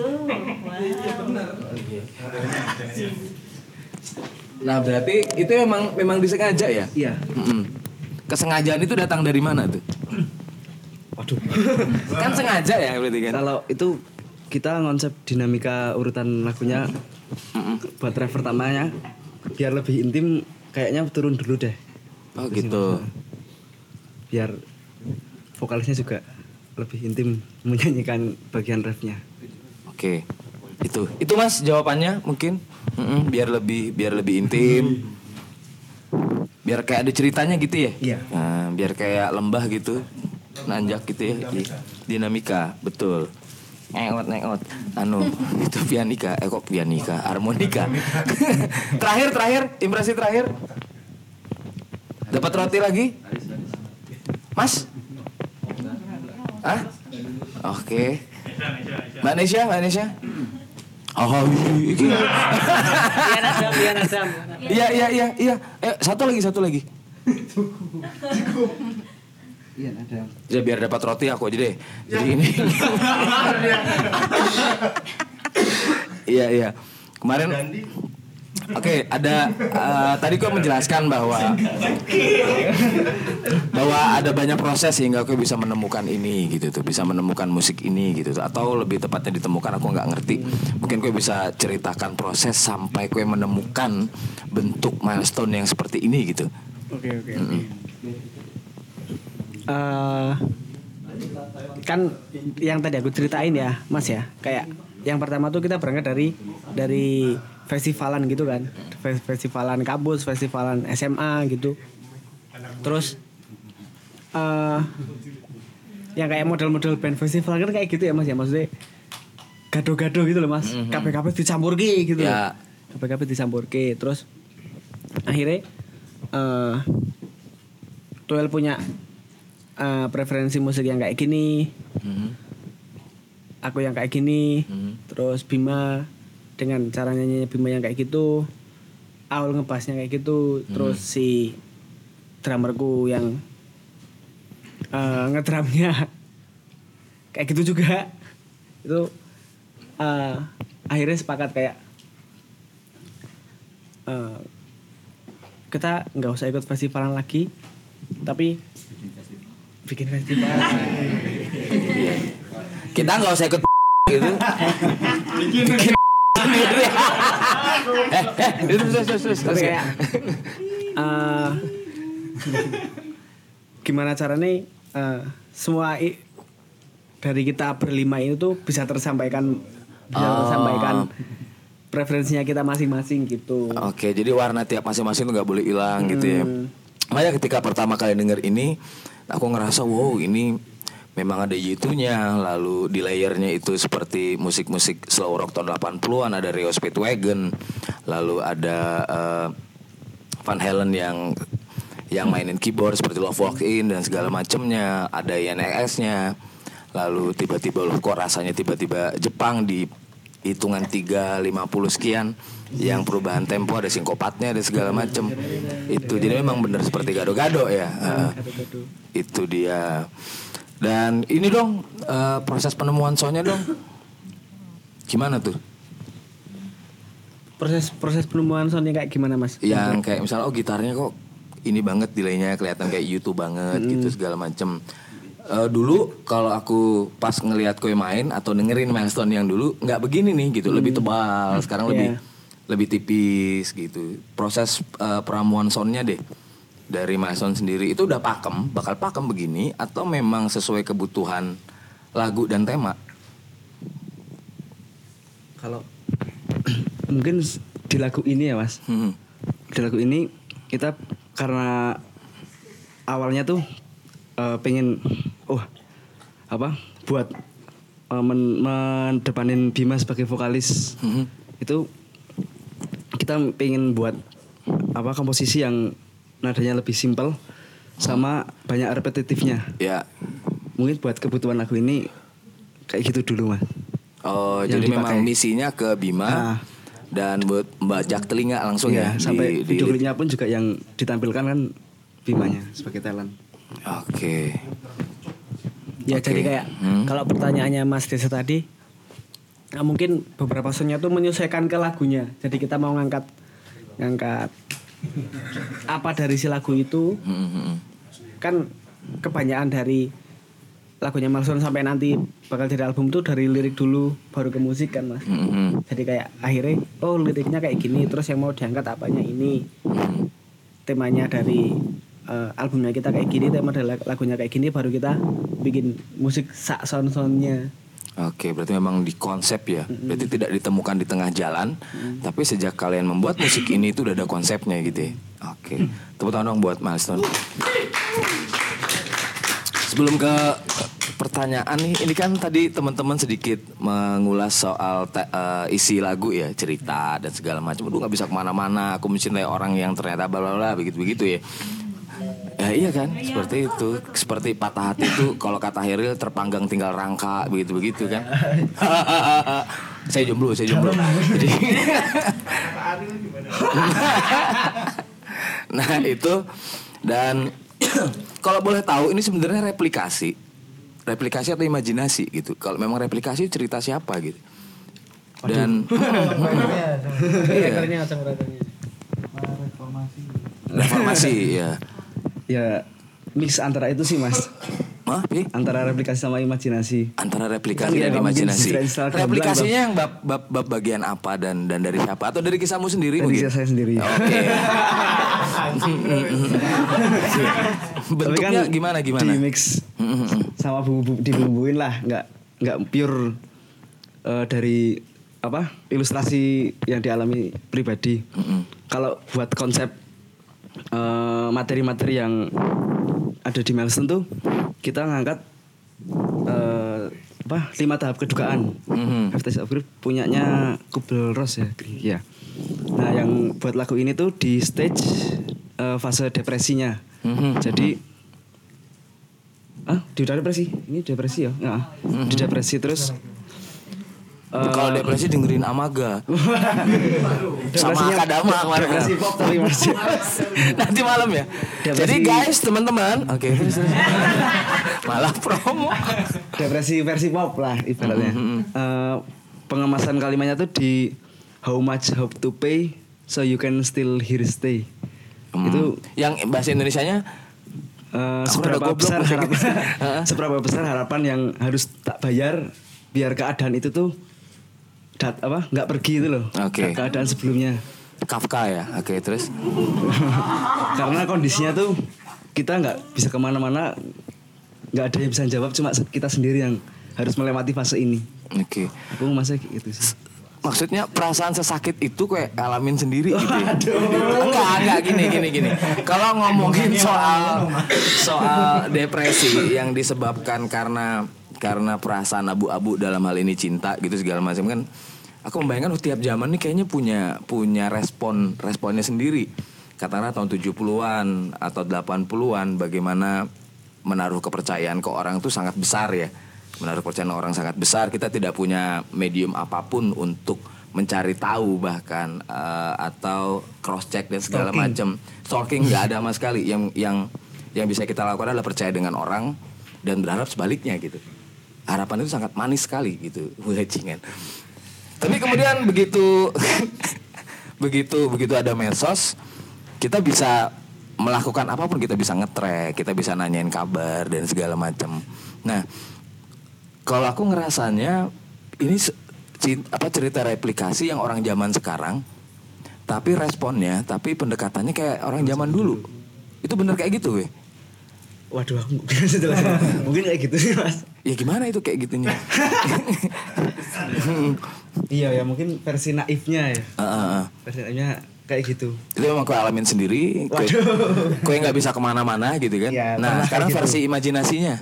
A: Nah berarti itu memang memang disengaja ya?
G: Iya.
A: Mm-mm. Kesengajaan itu datang dari mana tuh?
G: Waduh.
A: Kan sengaja ya berarti kan?
G: Kalau itu kita konsep dinamika urutan lagunya buat track pertamanya biar lebih intim kayaknya turun dulu deh.
A: Oh gitu.
G: Biar vokalisnya juga lebih intim menyanyikan bagian refnya.
A: Oke. Itu. Itu Mas jawabannya mungkin. Mm-mm, biar lebih biar lebih intim. Biar kayak ada ceritanya gitu ya?
G: Iya.
A: Nah, biar kayak lembah gitu. Nanjak gitu ya. Dinamika, betul. Ngeot ngeot anu itu pianika eh kok pianika harmonika. Terakhir terakhir impresi terakhir dapat roti lagi Mas ah oke Mbak Nesya Mbak Nesya oh iki
B: Biar Adam, biar Adam.
A: iya iya iya iya eh satu lagi satu lagi
G: Iya ada.
A: ya biar dapat roti aku aja deh jadi ini iya iya kemarin oke ada uh, tadi kau menjelaskan bahwa bahwa ada banyak proses sehingga kau bisa menemukan ini gitu tuh bisa menemukan musik ini gitu tuh atau lebih tepatnya ditemukan aku nggak ngerti mungkin kau bisa ceritakan proses sampai kau menemukan bentuk milestone yang seperti ini gitu.
B: Oke oke oke. Eh, kan yang tadi aku ceritain ya Mas ya kayak yang pertama tuh kita berangkat dari dari festivalan gitu kan festivalan kampus festivalan S M A gitu terus uh, yang kayak model-model band festival kan kayak gitu ya Mas ya maksudnya gado-gado gitu loh Mas
A: Mm-hmm.
B: K P K P dicampur ki gitu
A: Ya.
B: loh K P K P dicampur ki terus akhirnya uh, Tuel punya Uh, preferensi musik yang kayak gini,
A: Mm-hmm.
B: aku yang kayak gini,
A: Mm-hmm.
B: terus Bima dengan cara nyanyinya Bima yang kayak gitu, Aul ngebasnya kayak gitu,
A: Mm-hmm.
B: terus si drummerku yang uh, ngedrumnya kayak gitu juga, itu uh, akhirnya sepakat kayak uh, kita nggak usah ikut festivalan lagi, tapi bikin festival.
A: Kita nggak usah ikut gitu. Bikin sendiri. eh, eh, itu terus terus terus.
B: Tapi kayak uh, gimana caranya uh, semua i- dari kita berlima ini tuh bisa tersampaikan bisa
A: Oh.
B: tersampaikan preferensinya kita masing-masing gitu.
A: Oke, jadi warna tiap masing-masing tuh nggak boleh hilang gitu ya.
B: Hmm.
A: Makanya ketika pertama kali denger ini, aku ngerasa wow ini memang ada YouTube-nya, lalu di layernya itu seperti musik-musik slow rock tahun delapan puluhan, ada Rio Speedwagon, lalu ada uh, Van Halen yang yang mainin keyboard seperti Love Walk In dan segala macemnya, ada I N S-nya, lalu tiba-tiba loh kok rasanya tiba-tiba Jepang di hitungan tiga lima puluh sekian yang perubahan tempo ada sinkopatnya ada segala macem itu jadi memang benar seperti gado-gado ya uh, itu dia dan ini dong uh, proses penemuan soundnya dong gimana tuh
B: Proses proses penemuan soundnya kayak gimana Mas?
A: yang kayak misalnya oh gitarnya kok ini banget delaynya kelihatan kayak YouTube banget gitu segala macem. Uh, dulu kalau aku pas ngelihat kue main atau dengerin milestone yang dulu nggak begini nih gitu lebih tebal sekarang lebih
B: Yeah.
A: lebih tipis gitu proses uh, peramuan soundnya deh dari milestone sendiri itu udah pakem bakal pakem begini atau memang sesuai kebutuhan lagu dan tema
G: Kalau mungkin di lagu ini ya mas.
A: Hmm.
G: Di lagu ini kita karena awalnya tuh uh, pengen oh apa buat uh, men mendepanin Bima sebagai vokalis.
A: Hmm.
G: Itu kita pengen buat apa komposisi yang nadanya lebih simpel sama banyak repetitifnya.
A: Ya.
G: Mungkin buat kebutuhan lagu ini kayak gitu dulu mas.
A: Oh,
G: Yang
A: jadi
G: dipakai.
A: memang misinya ke Bima
G: Nah.
A: dan buat membajak telinga langsung
G: Iya,
A: ya.
G: sampai
A: di- di-
G: video klipnya pun juga yang ditampilkan kan Bimanya sebagai talent.
A: Oke.
B: Ya
A: Oke.
B: jadi kayak
A: Hmm.
B: kalau pertanyaannya Mas Desa tadi, nah, mungkin beberapa songnya tuh menyesuaikan ke lagunya. Jadi kita mau ngangkat ngangkat apa dari si lagu itu,
A: Hmm, hmm, hmm.
B: kan kebanyakan dari lagunya Milestone sampai nanti bakal jadi album tuh dari lirik dulu baru ke musik kan mas.
A: Hmm, hmm.
B: Jadi kayak akhirnya oh liriknya kayak gini, terus yang mau diangkat apanya ini, temanya dari uh, albumnya kita kayak gini, tema dari lagunya kayak gini, baru kita bikin musik sak sound-soundnya.
A: Oke, berarti memang di konsep ya. Berarti tidak ditemukan di tengah jalan, tapi sejak kalian membuat musik ini itu udah ada konsepnya gitu ya. Oke. Tepuk tangan dong buat Milestone. Sebelum ke pertanyaan nih, ini kan tadi teman-teman sedikit mengulas soal te- eh, isi lagu ya, cerita dan segala macam. Aduh nggak bisa kemana-mana, aku mencintai orang yang ternyata bla bla bla begitu-begitu ya. Ya iya kan, seperti itu, seperti patah hati itu kalau kata Heril terpanggang tinggal rangka begitu-begitu kan. Saya jomblo, saya jomblo. Jadi nah itu dan kalau boleh tahu ini sebenarnya replikasi, replikasi atau imajinasi gitu. Kalau memang replikasi cerita siapa gitu. Dan
B: Writernya macam writernya.
A: reformasi ya.
G: Ya mix antara itu sih mas.
A: Hah? Pi?
G: Antara replikasi sama imajinasi.
A: Antara
G: Kan
A: replikasi
G: dia
A: dan
G: nggak mungkin
A: imajinasi.
G: istilah-istilah gamblang,
A: Replikasinya yang bab, bab, bab bagian apa dan dan dari siapa atau dari kisahmu sendiri
G: Dari
A: mungkin?
G: saya sendiri.
A: Oke. Bentuknya
G: kan
A: gimana gimana?
G: Di mix sama bumbu dibumbuin lah, nggak nggak pure eh, dari apa ilustrasi yang dialami pribadi. Kalau buat konsep eh, materi-materi yang ada di Milestone tuh kita ngangkat eh, apa lima tahap kedukaan.
A: Mhm.
G: F T S of Grief punyanya Kubel Ross ya. Ya. Nah yang buat lagu ini tuh di stage eh, fase depresinya.
A: Mhm.
G: Jadi ah di udah depresi ini depresi ya. Nah, di depresi terus eh,
A: Kalau depresi dengerin Amaga. Sama
G: depresinya-
A: Akadama kemarin.
G: depresi pop tapi masih
A: Nanti malam ya.
G: Depresi-
A: Jadi guys, teman-teman, oke terus terus. Malah promo.
G: depresi versi pop lah ibaratnya. Eh, pengemasan kalimatnya tuh di how much hope to pay so you can still here stay. Itu
A: Yang bahasa Indonesianya
G: eh,
A: Aku
G: seberapa
A: rada goblok
G: besar
A: bahasa
G: harapan
A: Inggris.
G: seberapa besar harapan yang harus tak bayar biar keadaan itu tuh dat apa nggak pergi itu loh.
A: Oke.
G: Ke- keadaan sebelumnya.
A: Kafka ya. Oke, terus
G: Karena kondisinya tuh kita nggak bisa kemana-mana, nggak ada yang bisa jawab, cuma kita sendiri yang harus melewati fase ini.
A: oke.
G: Aku masa gitu sih.
A: Maksudnya perasaan sesakit itu kayak alamin sendiri gitu ya? Enggak, enggak gini gini gini. Kalau ngomongin soal soal depresi yang disebabkan karena karena perasaan abu-abu dalam hal ini cinta gitu segala macam kan, aku membayangkan oh, tiap zaman nih kayaknya punya punya respon responnya sendiri. Katakanlah tahun tujuh puluhan atau delapan puluhan bagaimana menaruh kepercayaan ke orang itu sangat besar ya. Menaruh kepercayaan orang sangat besar, kita tidak punya medium apapun untuk mencari tahu bahkan uh, atau cross check dan segala macam. Stalking nggak ada sama sekali. Yang yang yang bisa kita lakukan adalah percaya dengan orang dan berharap sebaliknya gitu. Harapan itu sangat manis sekali gitu, bajingan. Tapi kemudian begitu begitu begitu ada medsos, kita bisa melakukan apapun, kita bisa nge-track, kita bisa nanyain kabar dan segala macam. Nah, kalau aku ngerasanya ini se- cin- apa cerita replikasi yang orang zaman sekarang, tapi responnya, tapi pendekatannya kayak orang zaman dulu. Itu bener kayak gitu, weh.
G: Waduh, aku nggak bisa jelasin. Mungkin kayak gitu sih mas.
A: Ya gimana itu kayak gitunya?
G: Iya ya mungkin versi naifnya ya.
A: Uh, uh, uh.
G: Versi naifnya kayak gitu.
A: Itu emang kau alamin sendiri. Kau kau nggak bisa kemana-mana gitu kan?
G: Ya,
A: nah
G: pernah
A: sekarang
G: kayak gitu.
A: versi imajinasinya.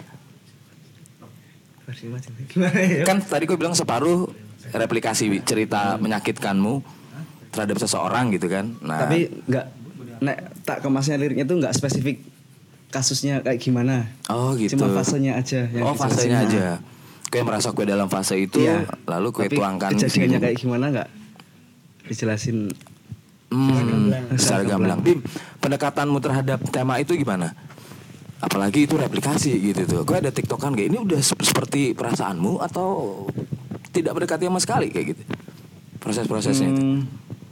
G: Versi macam gimana ya?
A: Kan tadi kau bilang separuh replikasi cerita menyakitkanmu terhadap seseorang gitu kan? Nah,
G: Tapi nggak nek tak kemasnya liriknya tuh nggak spesifik kasusnya kayak gimana.
A: oh gitu.
G: Cuma fasenya aja yang
A: Oh
G: dijelasin.
A: fasenya
G: Nah,
A: aja. Kau merasa kue dalam fase itu,
G: Iya.
A: lalu kue
G: Tapi
A: tuangkan.
G: kejadiannya
A: sini.
G: kayak gimana nggak dijelasin.
A: Hmm, secara
G: Secara
A: gamblang. Bim, pendekatanmu terhadap tema itu gimana? Apalagi itu replikasi gitu tuh. Gue ada tiktokan kayak ini udah sep- seperti perasaanmu atau tidak mendekati sama sekali kayak gitu. Proses-prosesnya itu.
C: Hmm,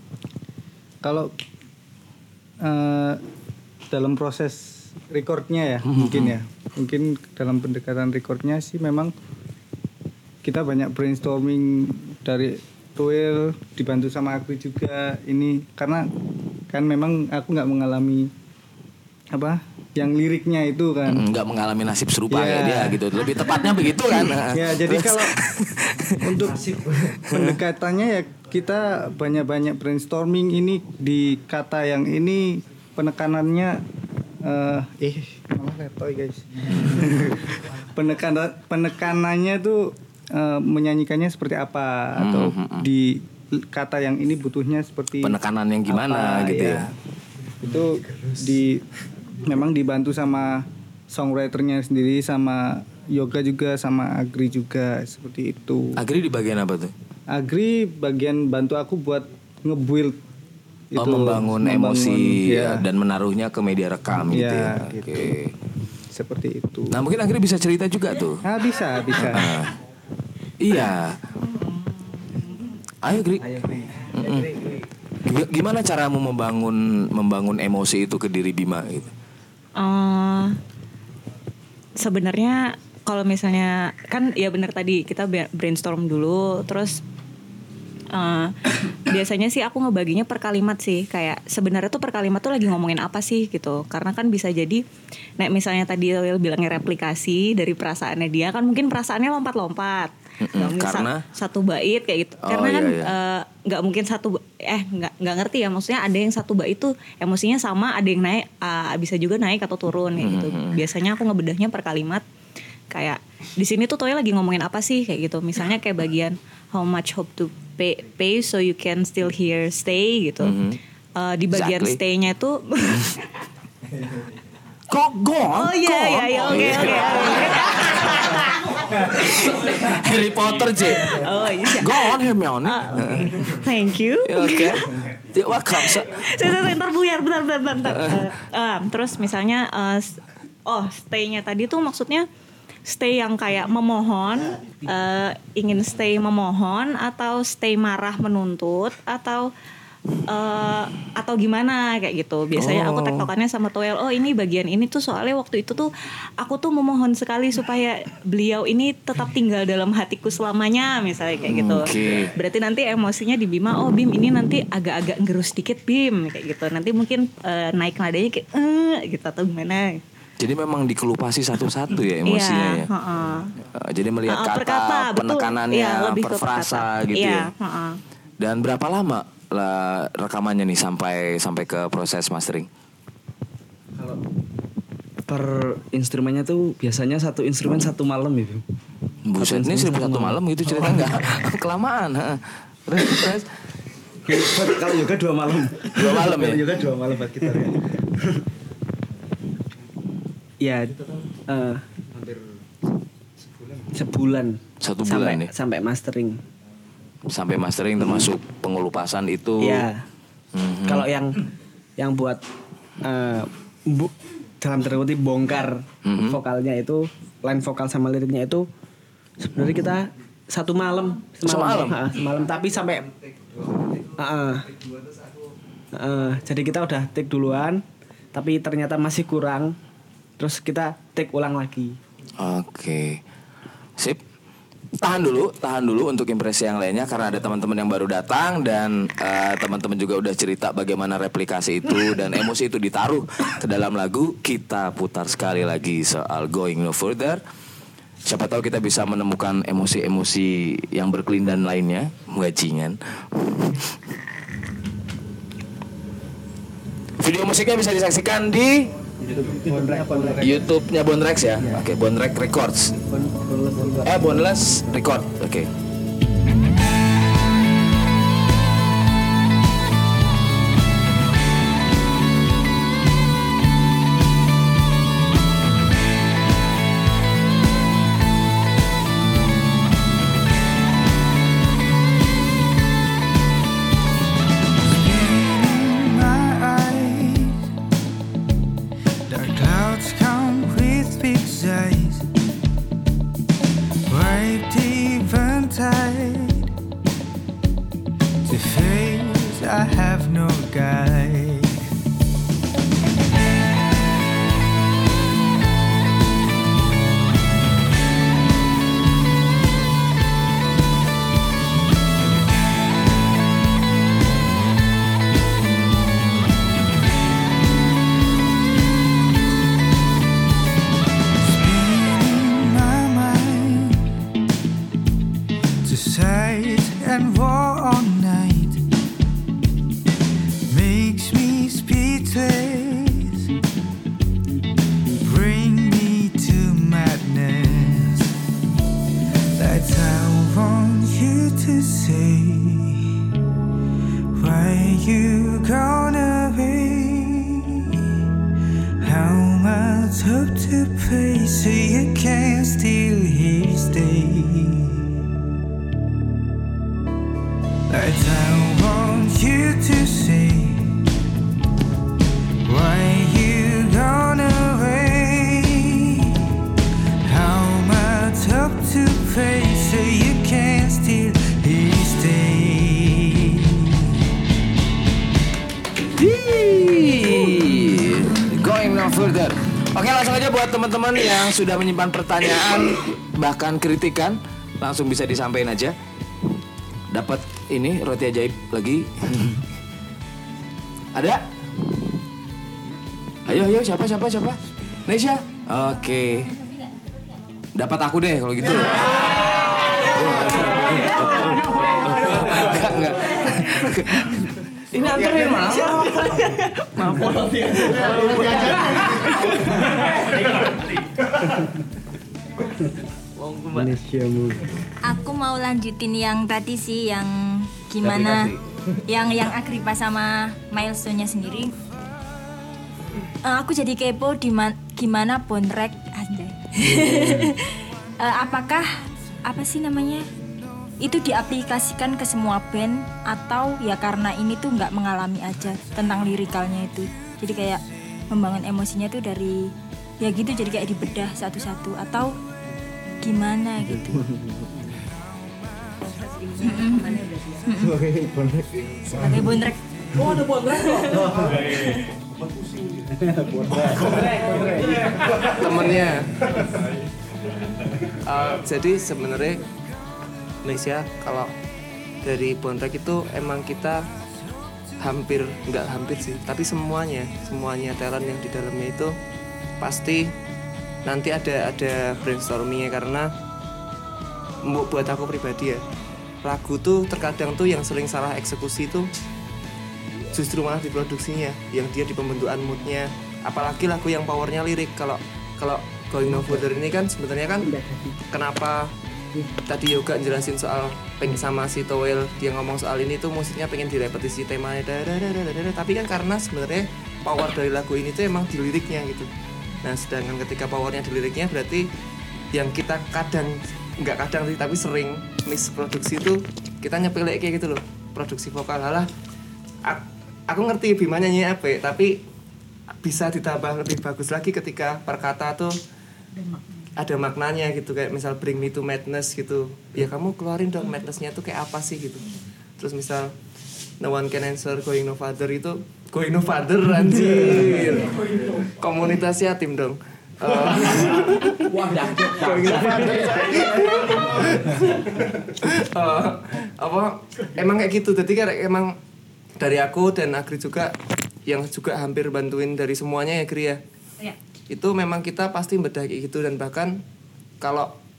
C: kalau eh, dalam proses recordnya ya mungkin ya mungkin dalam pendekatan recordnya sih memang kita banyak brainstorming dari Tuil dibantu sama aku juga ini karena kan memang aku nggak mengalami apa yang liriknya itu kan.
A: Nggak mengalami nasib serupa
C: Iya.
A: kayak dia gitu. Lebih tepatnya begitu kan.
C: Ya jadi
A: Terus-
C: kalau untuk pendekatannya ya kita banyak-banyak brainstorming ini di kata yang ini penekanannya eh eh malah letoy guys. Penekanan penekanannya tuh eh, menyanyikannya seperti apa atau di kata yang ini butuhnya seperti
A: penekanan yang gimana
C: apa,
A: gitu ya.
C: Itu di memang dibantu sama songwriternya sendiri sama Yoga juga sama Agri juga seperti itu.
A: Agri di bagian apa tuh?
C: Agri bagian bantu aku buat nge-build
A: Oh,
C: itu,
A: membangun, emosi
C: ya,
A: dan menaruhnya ke media rekam gitu
C: Iya,
A: ya.
C: gitu.
A: Oke.
C: seperti itu.
A: Nah mungkin Agri bisa cerita juga tuh.
C: Ah bisa bisa.
A: Ah. Iya. Ayo Gri. Mm-mm. G- Gimana caramu membangun membangun emosi itu ke diri Bima gitu?
F: Eh, sebenarnya kalau misalnya kan ya benar tadi kita ba- brainstorm dulu terus eh, biasanya sih aku ngebaginya per kalimat sih kayak sebenarnya tuh per kalimat tuh lagi ngomongin apa sih gitu karena kan bisa jadi nek misalnya tadi Will bilangnya replikasi dari perasaannya dia kan mungkin perasaannya lompat-lompat.
A: Mm-mm,
F: Nggak mungkin
A: karena?
F: sa- satu bait kayak gitu
A: Oh,
F: karena kan
A: iya, iya.
F: eh, nggak mungkin satu eh nggak nggak ngerti ya maksudnya ada yang satu bait itu emosinya sama ada yang naik ah, bisa juga naik atau turun kayak gitu biasanya aku ngebedahnya per kalimat kayak di sini tuh Toy lagi ngomongin apa sih kayak gitu misalnya kayak bagian how much hope to pay, pay so you can still here stay gitu. Eh, di bagian
A: Exactly.
F: stay-nya itu
A: Kok gone?
F: oh iya iya iya oke oke
A: Harry Potter J.
F: oh iya
A: Gone Hermione.
F: Ah, oke. Thank you.
A: Oke. You're welcome. sir.
F: Saya saya ntar buyar bentar bentar bentar. bentar. Eh, eh, terus misalnya eh, s- oh stay-nya tadi tuh maksudnya stay yang kayak memohon, eh, ingin stay memohon atau stay marah menuntut atau eh, atau gimana kayak gitu. Biasanya aku
A: Oh.
F: tektokannya sama Toel. Oh ini bagian ini tuh soalnya waktu itu tuh aku tuh memohon sekali supaya beliau ini tetap tinggal dalam hatiku selamanya misalnya kayak gitu.
A: Oke.
F: Berarti nanti emosinya di Bima, oh Bim ini nanti agak-agak gerus dikit Bim kayak gitu. Nanti mungkin eh, naik nadanya kayak eh gitu atau gimana.
A: Jadi memang dikelupasi satu-satu ya emosinya
F: Iya,
A: ya.
F: heeh.
A: Eh, Jadi melihat
F: Heeh,
A: kata,
F: per kata, betul.
A: penekanannya,
F: Iya, lebih ke
A: per frasa
F: kata.
A: gitu
F: Iya,
A: ya.
F: heeh.
A: Dan berapa lama lah rekamannya nih sampai sampai ke proses mastering?
G: Kalau per instrumennya tuh biasanya satu instrumen satu malam ya Bim.
A: Buset, ini seribu satu malam gitu cerita nggak? Kelamaan. heeh. Terus, terus.
G: Buat- Kalau yoga dua malam.
A: Dua malam ya?
G: Kalau yoga dua malam buat kita ya. Ya, eh, sebulan.
A: Satu bulan
G: sampai,
A: nih?
G: Sampai mastering.
A: Sampai mastering termasuk pengelupasan itu.
G: Iya.
A: Mhm.
G: Kalau yang yang buat eh, bu, dalam tanda kutip bongkar
A: Mhm.
G: vokalnya itu, line vokal sama liriknya itu sebenarnya kita satu malam,
A: Semalam?
G: Ha, semalam tapi sampai Heeh. Heeh, jadi kita udah take duluan, tapi ternyata masih kurang. Terus kita take ulang lagi.
A: Oke. Sip. Tahan dulu, tahan dulu untuk impresi yang lainnya karena ada teman-teman yang baru datang dan eh, teman-teman juga udah cerita bagaimana replikasi itu dan emosi itu ditaruh ke dalam lagu. Kita putar sekali lagi soal Going No Further. Siapa tahu kita bisa menemukan emosi-emosi yang berkelindan lainnya, bajingan. Video musiknya bisa disaksikan di YouTube-nya Bonrex ya. Oke, Bonrex Records. Eh, Boneless Record. Oke.
I: I have no guide. Spinning my mind to sight and war all night. Makes me speechless, bring me to madness. That's how I want you to say. Why you gone away? How much hope to pay so you can still here stay? That's how I want you to say. Why you gone away? How much hope to pay so you can still here stay?
A: Hii, going no further. Oke, langsung aja buat teman-teman yang sudah menyimpan pertanyaan bahkan kritikan, langsung bisa disampaikan aja. Dapat ini roti ajaib lagi. Ada? Ayo, ayo, siapa, siapa, siapa? Nesya? Oke. Dapat aku deh kalau gitu. Enggak, enggak. Ini anterin malah. Maaf.
J: Aku mau lanjutin yang tadi sih, yang gimana, yang yang Agripa sama milestone-nya sendiri. Uh, aku jadi kepo di gimana Bonrex ada. uh, apakah apa sih namanya? Itu diaplikasikan ke semua band atau ya karena ini tuh nggak mengalami aja tentang lirikalnya itu. Jadi kayak membangun emosinya tuh dari ya gitu, jadi kayak dibedah satu-satu atau gimana gitu.
C: Sebagai Bonrex.
J: Sebagai Bonrex.
B: Oh, ada Bonrex kok.
K: Temennya. Uh, jadi sebenarnya Indonesia kalau dari Bonrex itu emang kita hampir nggak hampir sih, tapi semuanya semuanya talent yang di dalamnya itu pasti nanti ada ada brainstormingnya, karena buat aku pribadi ya, lagu tuh terkadang tuh yang sering salah eksekusi tuh justru malah di produksinya, yang dia di pembentukan moodnya, apalagi lagu yang powernya lirik. Kalau kalau Going No Further ini kan sebenarnya kan kenapa tadi Yoga jelasin soal pengen sama si Towel, dia ngomong soal ini tuh musiknya pengen direpetisi temanya, tapi kan karena sebenarnya power dari lagu ini tuh emang di liriknya gitu. Nah sedangkan ketika powernya di liriknya berarti yang kita kadang nggak kadang tapi sering misproduksi itu kita nyepelek kayak gitu loh, produksi vokal. Halah aku ngerti Bima nyanyi apa, tapi bisa ditambah lebih bagus lagi ketika perkata tuh ada maknanya gitu, kayak misal Bring Me to Madness gitu, ya kamu keluarin dong madnessnya tuh kayak apa sih gitu. Terus misal No One Can Answer Going No Further itu Going No Further anjir, komunitas yatim dong. Uh,
B: Wah,
K: Going No Further. uh, apa emang kayak gitu, jadi kan emang dari aku dan Agri juga yang juga hampir bantuin dari semuanya ya Gri ya.
J: Ya.
K: Itu memang kita pasti bedah kayak gitu, dan bahkan kalau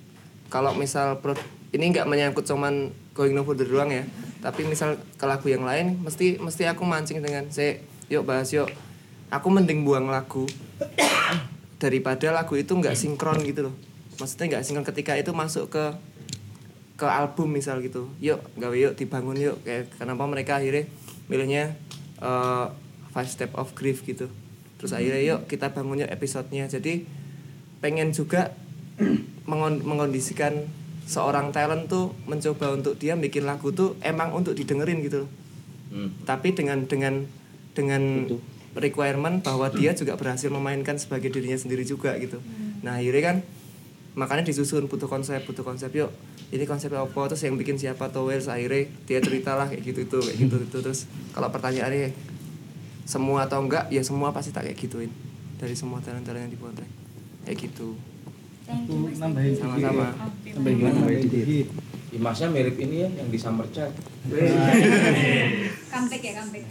K: kalau misal pro, ini nggak menyangkut cuman Going No Further doang ya, tapi misal ke lagu yang lain mesti mesti aku mancing dengan saya yuk bahas yuk, aku mending buang lagu daripada lagu itu nggak sinkron gitu loh, maksudnya nggak sinkron ketika itu masuk ke ke album misal gitu, yuk gawe yuk dibangun yuk, kayak kenapa mereka akhirnya milihnya uh, Five Step of Grief gitu, terus akhirnya yuk kita bangun yuk episodenya, jadi pengen juga mengon- mengondisikan seorang talent tuh mencoba untuk dia bikin lagu tuh emang untuk didengerin gitu loh. Hmm. Tapi dengan dengan dengan Betul. requirement bahwa dia juga berhasil memainkan sebagai dirinya sendiri juga gitu. Hmm. Nah akhirnya kan makanya disusun butuh konsep butuh konsep yuk ini konsepnya apa, terus yang bikin siapa Towels, akhirnya dia cerita lah kayak gitu itu kayak gitu itu terus kalau pertanyaannya semua atau enggak ya semua pasti tak kayak gituin dari semua talent-talent yang di Bontrek kayak gitu.
C: Aku nambahin
K: sama-sama.
C: Nambahin nambahin dikit.
D: Imasnya mirip ini ya yang di Summer Chat.
J: Comeback ya, comeback.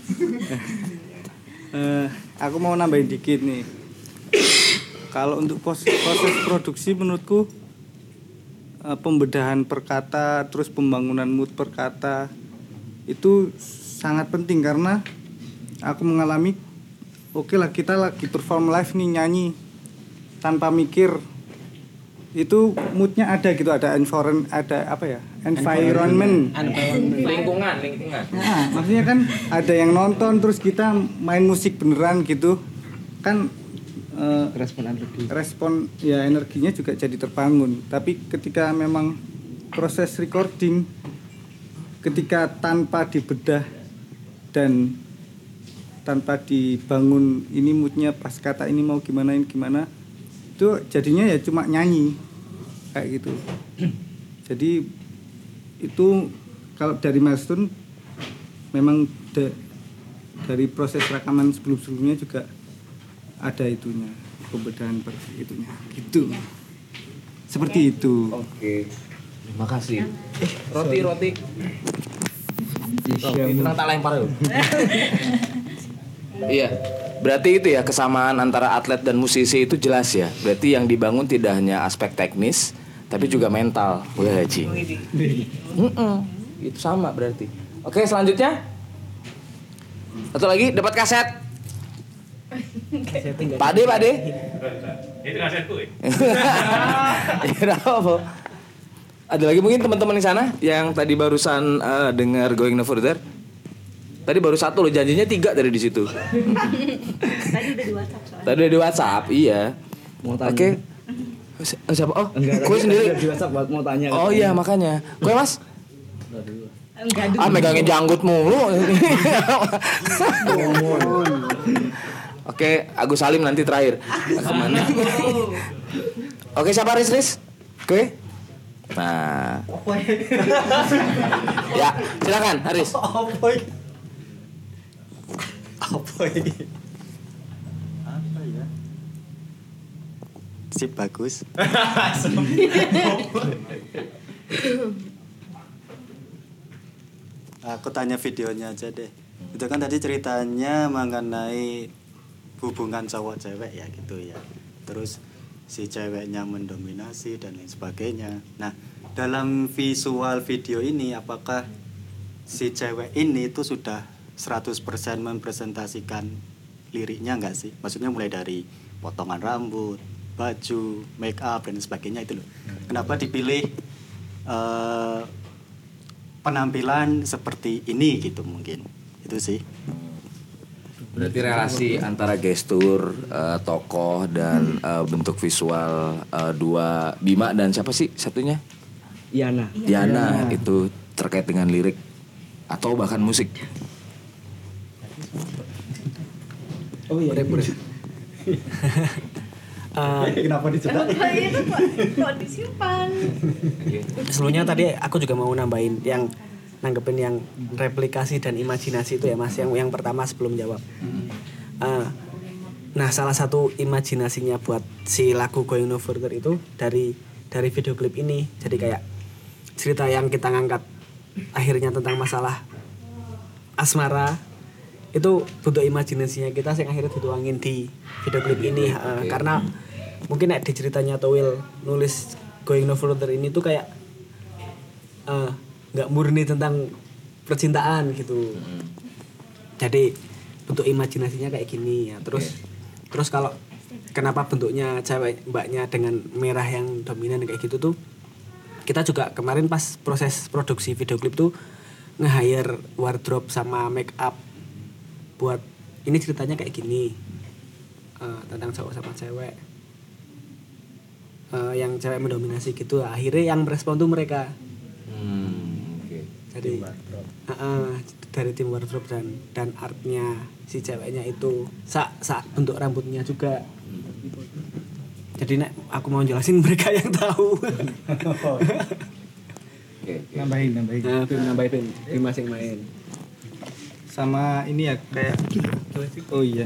C: uh, aku mau nambahin dikit nih. Kalau untuk proses, proses produksi menurutku uh, pembedahan per kata, terus pembangunan mood per kata itu sangat penting karena aku mengalami oke okay lah kita lagi perform live nih nyanyi tanpa mikir itu moodnya ada gitu, ada environment, ada apa ya environment,
D: environment. lingkungan lingkungan
C: nah, maksudnya kan ada yang nonton terus kita main musik beneran gitu kan, uh,
G: respon energi
C: respon ya energinya juga jadi terbangun. Tapi ketika memang proses recording ketika tanpa dibedah dan tanpa dibangun ini moodnya pas kata ini mau gimana ini gimana itu jadinya ya cuma nyanyi kayak gitu. Jadi itu kalau dari Milestone memang de, dari proses rekaman sebelum-sebelumnya juga ada itunya pembedahan per itunya gitu. Seperti itu.
D: Oke. Terima kasih. Eh, roti roti. Roti tenang tak lempar yuk. Iya. Berarti itu ya kesamaan antara atlet dan musisi itu jelas ya. Berarti yang dibangun tidak hanya aspek teknis, tapi juga mental. Wah, Haji. Itu sama berarti. Oke, selanjutnya. Satu lagi dapat kaset. Pak De, Pak De.
L: Itu kasetku.
D: Ya, apa? Ada lagi mungkin teman-teman di sana yang tadi barusan uh, dengar Going No Further. Tadi baru satu loh, janjinya tiga dari di situ.
F: Tadi udah di WhatsApp soalnya.
D: Tadi udah di WhatsApp, iya. Oke. Okay. Siapa? Oh, gue sendiri.
G: Di WhatsApp buat mau tanya.
D: Oh iya makanya. Gue Mas.
F: Enggak dulu.
D: Ah megangin janggut mulu. Oke, Agus Salim nanti terakhir. Kemana? Oke, siapa Riz Riz? Oke. Nah. Ya, silakan Haris.
M: Apa ini? Apa ya? Sip bagus. Aku tanya videonya aja deh. Itu kan tadi ceritanya mengenai hubungan cowok cewek ya gitu ya. Terus si ceweknya mendominasi dan lain sebagainya. Nah, dalam visual video ini apakah si cewek ini tuh sudah seratus persen mempresentasikan liriknya enggak sih? Maksudnya mulai dari potongan rambut, baju, make up dan sebagainya itu loh. Kenapa dipilih uh, penampilan seperti ini gitu mungkin. Itu sih.
D: Berarti relasi antara gestur, uh, tokoh dan uh, bentuk visual uh, dua Bima dan siapa sih satunya?
G: Yana.
D: Yana itu terkait dengan lirik atau bahkan musik.
B: Oh iya, boleh. Uh,
M: Kenapa dicetak?
F: Kenapa itu kok, kok disimpan?
B: Sebelumnya tadi aku juga mau nambahin yang nanggepin yang replikasi dan imajinasi itu ya Mas, yang yang pertama sebelum jawab. Uh, nah salah satu imajinasinya buat si lagu Going No Further itu dari dari video klip ini. Jadi kayak cerita yang kita ngangkat akhirnya tentang masalah asmara itu butuh imajinasinya kita yang akhirnya dituangin di video klip ini uh, karena mungkin di ceritanya Towil nulis Going No Further ini tuh kayak eh, nggak murni tentang percintaan gitu. Hmm. Jadi bentuk imajinasinya kayak gini ya. Terus okay. terus kalau kenapa bentuknya cewek mbaknya dengan merah yang dominan kayak gitu tuh? Kita juga kemarin pas proses produksi video klip tuh nge-hire wardrobe sama make up buat ini ceritanya kayak gini. Uh, tentang cowok sama cewek. Uh, yang cewek mendominasi gitu. Akhirnya yang merespon tuh mereka.
D: Hmm, okay.
B: Jadi uh, uh, dari tim wardrobe dan dan artnya si ceweknya itu sak sak bentuk rambutnya juga. Jadi nek aku mau jelasin mereka yang tahu.
C: Okay, okay. Nambahin, nambahin.
B: Nah, film nambahin, film masing main.
C: Sama ini ya kayak oh iya.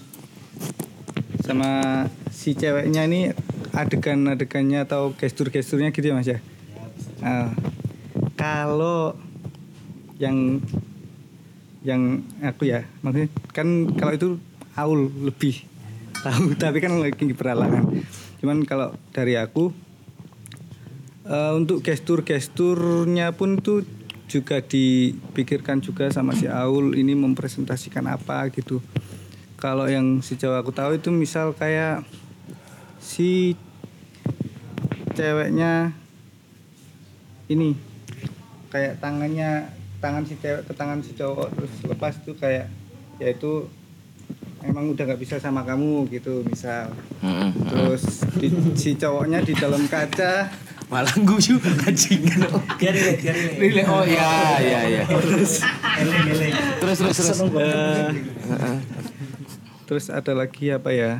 C: Sama si ceweknya ini adegan-adegannya atau gestur-gesturnya gitu ya Mas ya. Nah, kalau yang yang aku ya maksudnya kan kalau itu Aul lebih tahu tapi kan lagi beralangan. Cuman kalau dari aku uh, untuk gestur-gesturnya pun tuh juga dipikirkan juga sama si Aul ini mempresentasikan apa gitu. Kalau yang sejauh aku tahu itu misal kayak si ceweknya ini kayak tangannya tangan si cewek ke tangan si cowok terus lepas tuh kayak yaitu emang udah nggak bisa sama kamu gitu misal. Terus di, si cowoknya di dalam kaca
D: malah guyu anjing.
B: Biarin, biarin.
D: Oh iya iya iya.
C: Terus
D: terus terus terus.
C: Uh, terus ada lagi apa ya?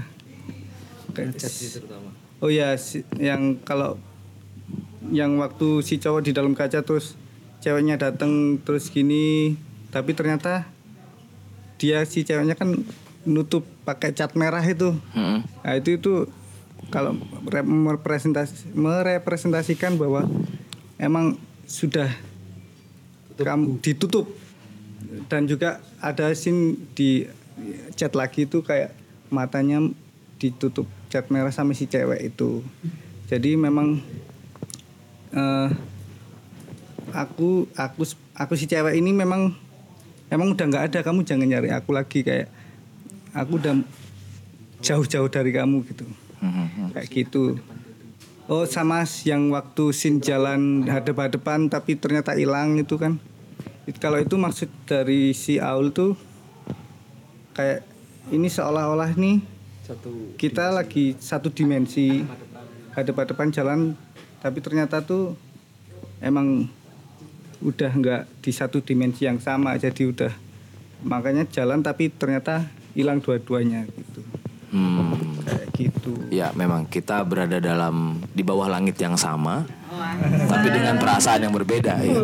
C: Oh ya, si, yang kalau yang waktu si cowok di dalam kaca terus ceweknya datang terus gini, tapi ternyata dia si ceweknya kan nutup pakai cat merah itu. Hmm. Nah, itu itu kalau merepresentasi, merepresentasikan bahwa emang sudah kamu ditutup dan juga ada scene di cat lagi itu kayak matanya ditutup cat merah sama si cewek itu. Jadi memang uh, aku aku aku si cewek ini memang emang udah nggak ada, kamu jangan nyari aku lagi, kayak aku udah jauh-jauh dari kamu gitu. Kayak gitu. Oh sama yang waktu scene jalan hadap-hadapan tapi ternyata hilang itu kan. Kalau itu maksud dari si Aul tuh kayak ini seolah-olah nih satu kita dimensi. Lagi satu dimensi hadap-hadapan jalan tapi ternyata tuh emang udah nggak di satu dimensi yang sama, jadi udah makanya jalan tapi ternyata hilang dua-duanya gitu.
D: Hmm.
C: Kayak gitu.
D: Ya memang kita berada dalam di bawah langit yang sama, tapi dengan perasaan yang berbeda ya.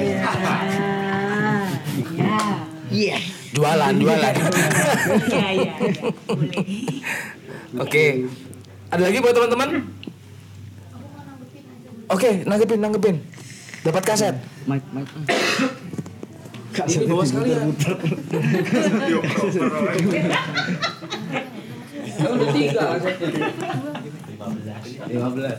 J: Iya.
D: Jualan, jualan.
J: Iya, iya.
D: Oke. Ada lagi buat teman-teman? Oke, nanggepin, nanggepin. Dapat kaset.
G: Mike, Mike.
D: Ini bawa sekalian. Kamu udah tiga kasetnya. lima belas.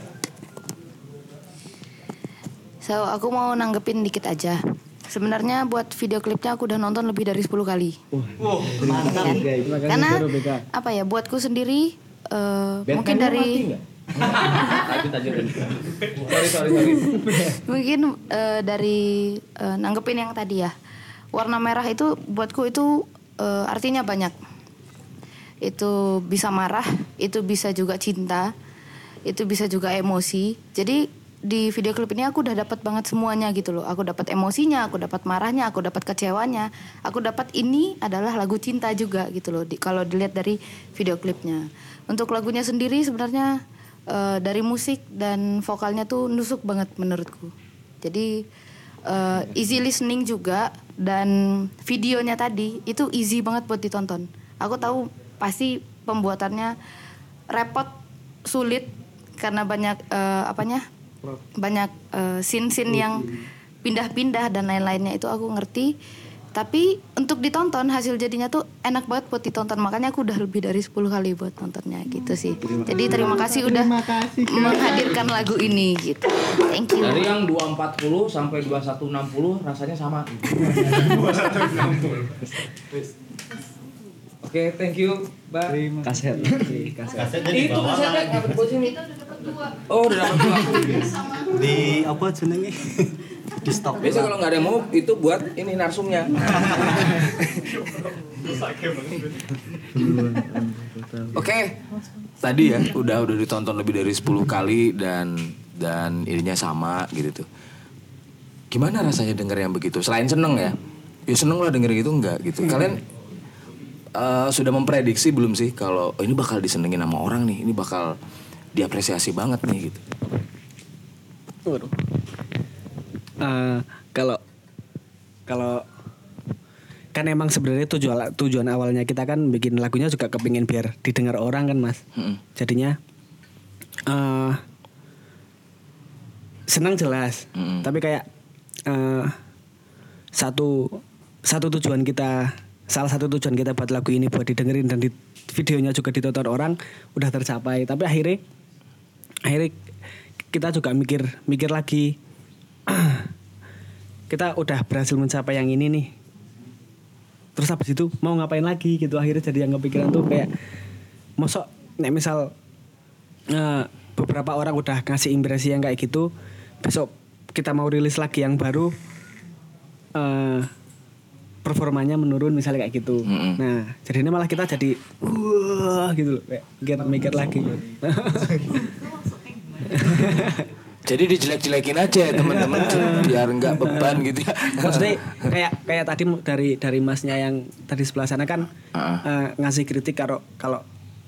N: So, aku mau nanggepin dikit aja. Sebenarnya buat video klipnya aku udah nonton lebih dari sepuluh kali.
B: Wow, mantap.
N: Kan? Karena apa ya, buatku sendiri uh, mungkin dari
D: sorry, sorry, sorry.
N: mungkin uh, dari uh, nanggepin yang tadi ya. Warna merah itu buatku itu uh, artinya banyak. Itu bisa marah, itu bisa juga cinta, itu bisa juga emosi. Jadi di video klip ini aku udah dapat banget semuanya gitu loh. Aku dapat emosinya, aku dapat marahnya, aku dapat kecewanya, aku dapat ini adalah lagu cinta juga gitu loh. Di, kalau dilihat dari video klipnya. Untuk lagunya sendiri sebenarnya uh, dari musik dan vokalnya tuh nusuk banget menurutku. Jadi uh, easy listening juga, dan videonya tadi itu easy banget buat ditonton. Aku tahu pasti pembuatannya repot, sulit karena banyak uh, apanya? banyak uh, scene-scene yang pindah-pindah dan lain-lainnya, itu aku ngerti. Tapi untuk ditonton hasil jadinya tuh enak banget buat ditonton. Makanya aku udah lebih dari sepuluh kali buat nontonnya gitu sih. Jadi terima kasih udah menghadirkan lagu ini gitu. Thank you.
A: Dari yang dua empat nol sampai dua satu enam nol rasanya sama. dua satu enam nol. Oke, thank you, Mbak.
G: Kaset.
A: Kaset. Itu kasetnya enggak dapat sini. Oh, udah dapat dua.
M: Di apa jenenge? Di stok.
A: Biasa kalau nggak ada yang mau itu buat ini narsumnya. Oke, tadi ya udah udah ditonton lebih dari sepuluh kali dan dan ininya sama gitu tuh. Gimana rasanya denger yang begitu? Selain seneng ya, ya seneng lah denger gitu enggak gitu. Kalian uh, sudah memprediksi belum sih kalau oh, ini bakal disenengin sama orang nih, ini bakal diapresiasi banget nih gitu.
B: Uh, kalau kalau kan emang sebenarnya tujuan tujuan awalnya kita kan bikin lagunya juga kepingin biar didengar orang kan mas. Mm-hmm. Jadinya uh, senang jelas, mm-hmm. tapi kayak uh, satu satu tujuan kita salah satu tujuan kita buat lagu ini buat didengerin dan di videonya juga ditonton orang udah tercapai. Tapi akhirnya akhirnya kita juga mikir mikir lagi. Kita udah berhasil mencapai yang ini nih. Terus habis itu mau ngapain lagi gitu. Akhirnya jadi yang kepikiran tuh kayak mosok nek misal uh, beberapa orang udah ngasih impresi yang kayak gitu, besok kita mau rilis lagi yang baru uh, performanya menurun misalnya kayak gitu. Mm-hmm. Nah, jadinya malah kita jadi wah gitu loh, kayak mikir-mikir lagi.
A: Jadi dijelek-jelekin aja ya teman-teman biar nggak beban gitu ya.
B: Maksudnya kayak kayak tadi dari dari masnya yang tadi sebelah sana kan uh-uh. uh, ngasih kritik kalau kalau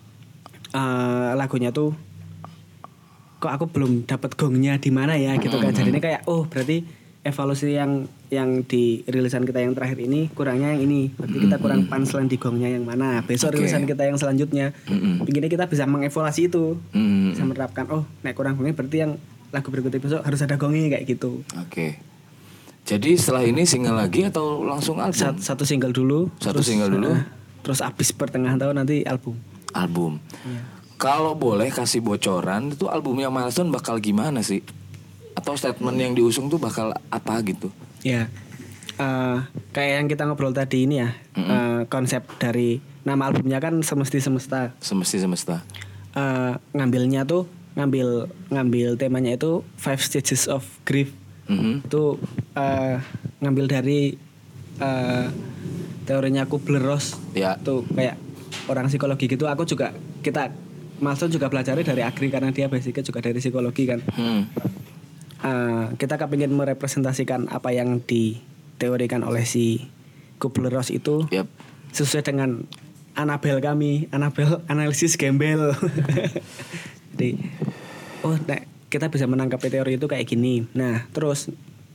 B: uh, lagunya tuh kok aku belum dapat gongnya di mana ya gitu kan. Jadinya kayak oh berarti evaluasi yang yang di rilisan kita yang terakhir ini kurangnya yang ini. Berarti kita kurang punchline di gongnya yang mana. Besok okay. rilisan kita yang selanjutnya begini kita bisa mengevaluasi itu. Bisa menerapkan oh nek kurang gongnya berarti yang lagu berikutnya besok harus ada gongnya kayak gitu.
A: Oke. Okay. Jadi setelah ini single lagi atau langsung album?
B: Satu, satu single dulu.
A: Satu
B: terus,
A: single dulu. Uh,
B: terus abis pertengahan tahun nanti album.
A: Album. Yeah. Kalau boleh kasih bocoran itu albumnya Milestone bakal gimana sih? Atau statement yang diusung tuh bakal apa gitu?
B: Ya. Yeah. Uh, kayak yang kita ngobrol tadi ini ya. Mm-hmm. Uh, konsep dari nama albumnya kan Semesti Semesta.
A: Semesti Semesta.
B: Uh, ngambilnya tuh ngambil ngambil temanya itu Five Stages of Grief. Mm-hmm. Itu uh, ngambil dari uh, teorinya Kubler-Ross.
A: Ya.
B: Tuh kayak orang psikologi gitu. Aku juga kita Milestone juga belajarnya dari Agri karena dia basicnya juga dari psikologi kan. Hmm. Uh, kita kepingin merepresentasikan apa yang diteorikan oleh si Kubler-Ross itu yep. sesuai dengan Anabel kami, Anabel analisis gembel. Jadi, oh, nah, kita bisa menangkap teori itu kayak gini. Nah, terus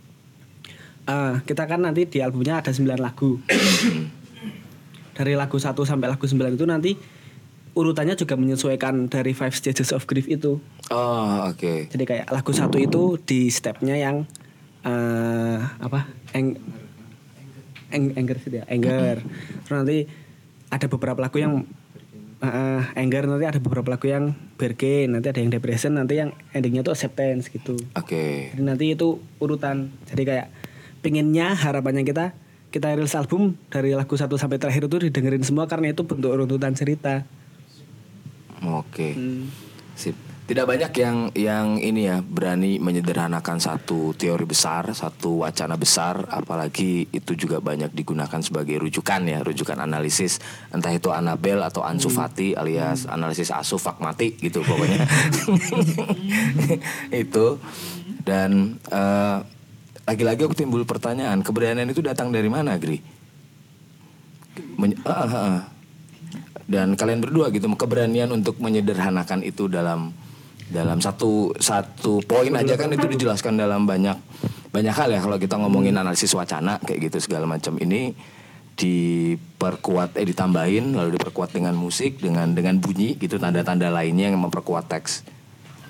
B: uh, kita kan nanti di albumnya ada sembilan lagu. Dari lagu satu sampai lagu sembilan itu nanti urutannya juga menyesuaikan dari Five Stages of Grief itu.
A: Oh, oke. Okay.
B: Jadi kayak lagu satu itu di stepnya yang uh, apa? Eng, eng, anger sih ya, anger. Terus nanti ada beberapa lagu yang Uh, anger, nanti ada beberapa lagu yang bergen, nanti ada yang depression, nanti yang endingnya tuh acceptance gitu.
A: Oke. Okay.
B: Jadi nanti itu urutan. Jadi kayak pinginnya harapannya kita kita rilis album dari lagu satu sampai terakhir itu didengerin semua karena itu bentuk runtutan cerita.
A: Oke. Okay. Hmm. Sip. Tidak banyak yang yang ini ya berani menyederhanakan satu teori besar, satu wacana besar, apalagi itu juga banyak digunakan sebagai rujukan ya, rujukan analisis, entah itu Anabel atau Ansu Fati hmm. alias hmm. analisis asu fak mati gitu pokoknya. Itu dan uh, lagi-lagi aku timbul pertanyaan, keberanian itu datang dari mana, Gri? Men- uh, uh, uh. Dan kalian berdua gitu, keberanian untuk menyederhanakan itu dalam dalam satu satu poin aja kan itu dijelaskan dalam banyak banyak hal ya. Kalau kita ngomongin analisis wacana kayak gitu segala macam ini diperkuat eh ditambahin lalu diperkuat dengan musik, dengan dengan bunyi gitu, tanda-tanda lainnya yang memperkuat teks.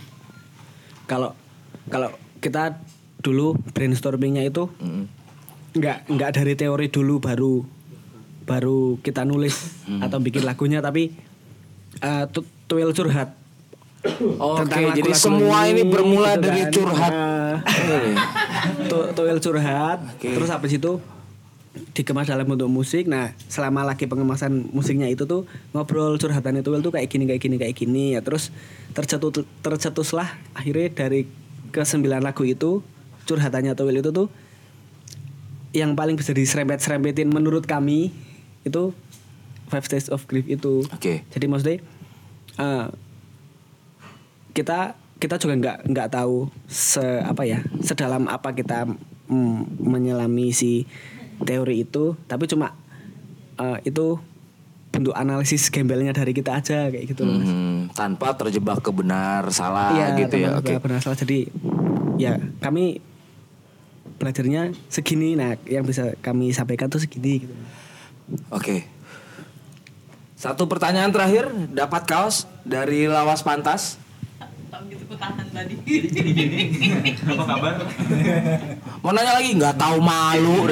B: Kalau kalau kita dulu brainstormingnya itu mm. nggak nggak dari teori dulu baru baru kita nulis hmm. atau bikin lagunya, tapi uh, tuil curhat.
A: Oke, jadi semua ini bermula gitu dari kan. curhat.
B: Uh, tuil curhat, okay. Terus habis itu dikemas dalam bentuk musik. Nah, selama lagi pengemasan musiknya itu tuh ngobrol curhatannya tuil tuh kayak gini kayak gini kayak gini ya. Terus tercetus tercetuslah akhirnya dari kesembilan lagu itu curhatannya tuil itu tuh yang paling bisa diserempet-serempetin menurut kami itu Five Stages of Grief itu.
A: Oke. Okay.
B: Jadi maksudnya uh, kita kita juga nggak nggak tahu se apa ya sedalam apa kita mm, menyelami si teori itu, tapi cuma uh, itu bentuk analisis gembelnya dari kita aja kayak gitu loh.
A: Hmm, tanpa terjebak ke benar salah
B: ya,
A: gitu ya.
B: Oke. Okay. Benar salah, jadi ya kami belajarnya segini, nah yang bisa kami sampaikan tuh segini gitu.
A: Oke. Satu pertanyaan terakhir, dapat kaos dari Lawas Pantas.
F: Tak gitu ketahan tadi.
E: Apa kabar?
A: Mau nanya lagi? Nggak tahu, malu.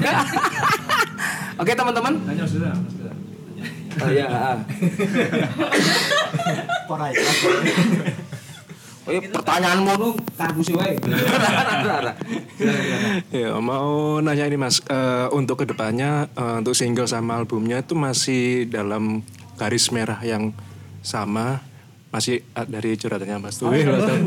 A: Oke teman-teman.
L: Nanya sudah.
A: Oh iya. Oh iya, pertanyaanmu tuh kagus sih, wae.
O: Ya, mau nanya ini Mas, uh, untuk kedepannya uh, untuk single sama albumnya itu masih dalam garis merah yang sama, masih dari curhatannya Mas Tuwil oh, atau,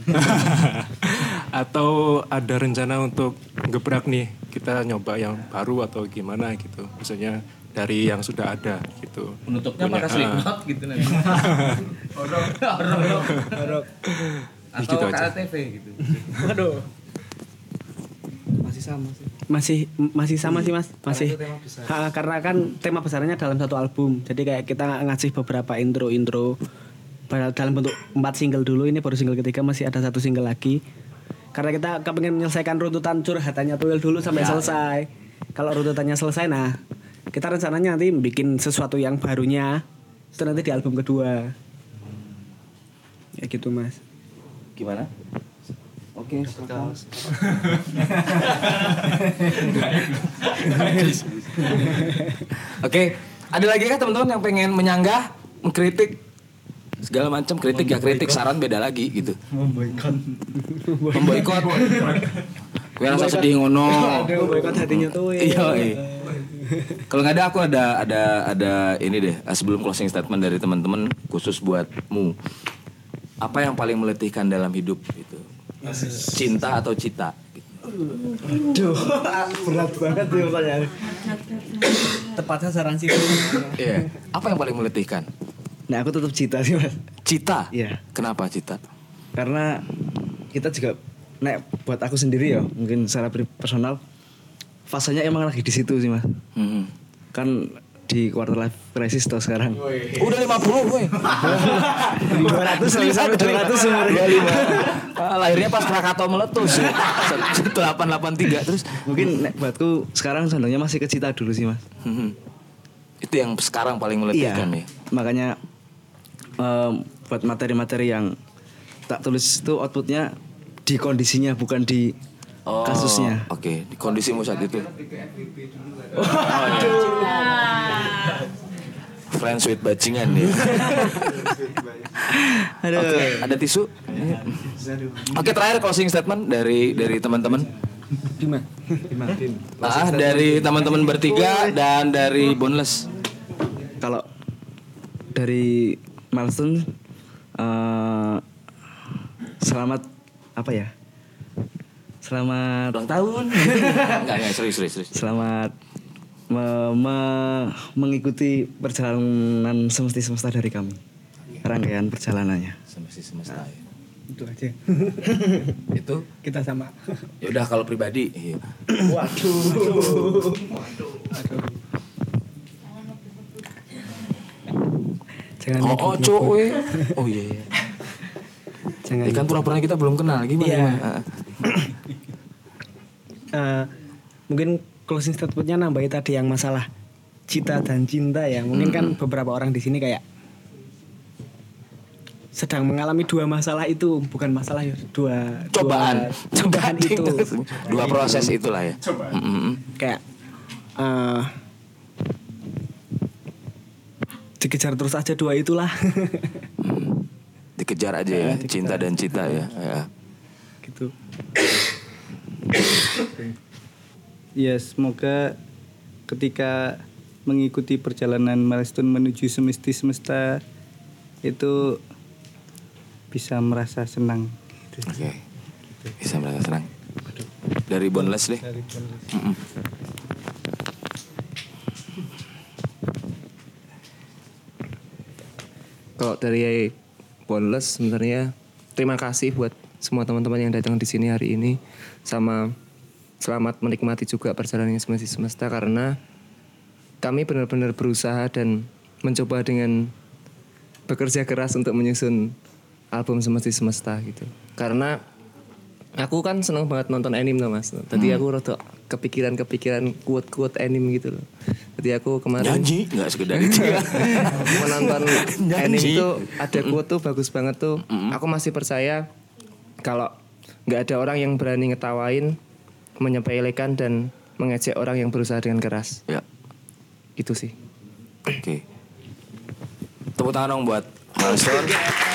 O: atau ada rencana untuk gebrak nih, kita nyoba yang baru atau gimana gitu, maksudnya dari yang sudah ada gitu.
A: Penutupnya pakai Slipknot gitu nanti. Orok, orok, orok. Atau K T V gitu.
B: Waduh. Masih sama sih. Masih masih sama sih Mas. Masih. Ha, karena kan tema besarnya dalam satu album. Jadi kayak kita ngasih beberapa intro-intro dalam bentuk empat single dulu. Ini baru single ketiga, masih ada satu single lagi. Karena kita kepengen menyelesaikan runtutan curhatannya Tuil dulu sampai ya, selesai. Ya. Kalau runtutannya selesai, nah kita rencananya nanti bikin sesuatu yang barunya itu nanti di album kedua. Ya gitu Mas.
A: Gimana? Oke, Oke, ada lagi kah teman-teman yang pengen menyanggah, mengkritik segala macam, kritik ya kritik, saran beda lagi gitu.
C: Memboikot.
A: Memboikot. Gue rasa sedih ngono.
B: Memboikot hatinya tuh.
A: Iya. Kalau nggak ada, aku ada ada ada ini deh. Sebelum closing statement dari teman-teman khusus buatmu. Apa yang paling meletihkan dalam hidup itu? Cinta atau cita?
B: Aduh, berat banget ya pertanyaan. Tepat sasaran sih.
A: Iya. Apa yang paling meletihkan?
G: Nah, aku tetap cita sih Mas.
A: Cita?
G: Iya.
A: Kenapa cita?
G: Karena kita juga, nek buat aku sendiri ya, mungkin secara personal, fasenya emang lagi di situ sih Mas. Mm-hmm. Kan di quarter life crisis tuh sekarang.
A: Udah lima puluh gue.
G: dua ratus sampai dua ratus umurnya.
A: Lahirnya pas Krakatau meletus. delapan delapan tiga terus.
G: Mungkin nek buatku sekarang condongnya masih ke cita dulu sih Mas.
A: Hmm. Itu yang sekarang paling meletihkan
G: iya,
A: ya.
G: Makanya um, buat materi-materi yang tak tulis itu outputnya di kondisinya bukan di
A: oh,
G: kasusnya.
A: Oke, okay. Di kondisimu saat itu.
G: Oh, aduh.
A: Friends with bajingan nih. Oke, okay. Ada tisu? Oke, okay, terakhir closing statement dari dari teman-teman.
C: Bima. Bima.
A: Ah, dari teman-teman bertiga dan dari Boneless.
G: Kalau dari Milestone uh, selamat apa ya? Selamat
A: ulang tahun. Enggak, enggak, serius, serius, serius.
G: Selamat me- me- mengikuti perjalanan semesti-semesta dari kami. Rangkaian perjalanannya.
A: Semesti-semesta ya.
B: Itu aja.
A: Itu
B: kita sama.
A: Ya udah kalau pribadi. Iya.
B: Waduh. Waduh. Waduh. Jangan
A: oh, oh cuy. Oh iya iya.
B: Jangan.
A: Ikan pura-pura kita belum kenal gimana?
B: Iya. uh, mungkin closing statementnya nambahin tadi yang masalah cita dan cinta ya. Mungkin kan beberapa orang di sini kayak sedang mengalami dua masalah itu, bukan masalah ya, dua
A: Cobaan.
B: dua cobaan itu.
A: Dua proses itulah ya. Mm-mm.
B: Kayak eh, dikejar terus aja dua itulah.
A: Dikejar aja ya, cinta dan cita ya. Ya.
B: Gitu.
C: Ya semoga ketika mengikuti perjalanan milestone menuju semesti semesta itu bisa merasa senang. Gitu.
A: Oke. Bisa merasa senang. Dari Boneless deh.
C: Dari Boneless.
A: Mm-mm.
K: Kalau dari Boneless sebenarnya terima kasih buat semua teman-teman yang datang di sini hari ini, sama selamat menikmati juga perjalanan semesti semesta karena kami benar-benar berusaha dan mencoba dengan bekerja keras untuk menyusun album Semesti Semesta gitu. Karena aku kan seneng banget nonton anime loh Mas. Tadi
A: Hmm.
K: aku rada kepikiran-kepikiran quote-quote anime gitu loh. Jadi aku kemarin
A: Nyanyi nggak sekedar itu.
K: menonton
A: Nyanyi.
K: anime itu ada quote tuh bagus banget tuh. Aku masih percaya kalau nggak ada orang yang berani ngetawain, menyepelekan dan mengejek orang yang berusaha dengan keras.
A: Ya.
K: Itu sih.
A: Oke. Tepuk tangan dong buat Milestone.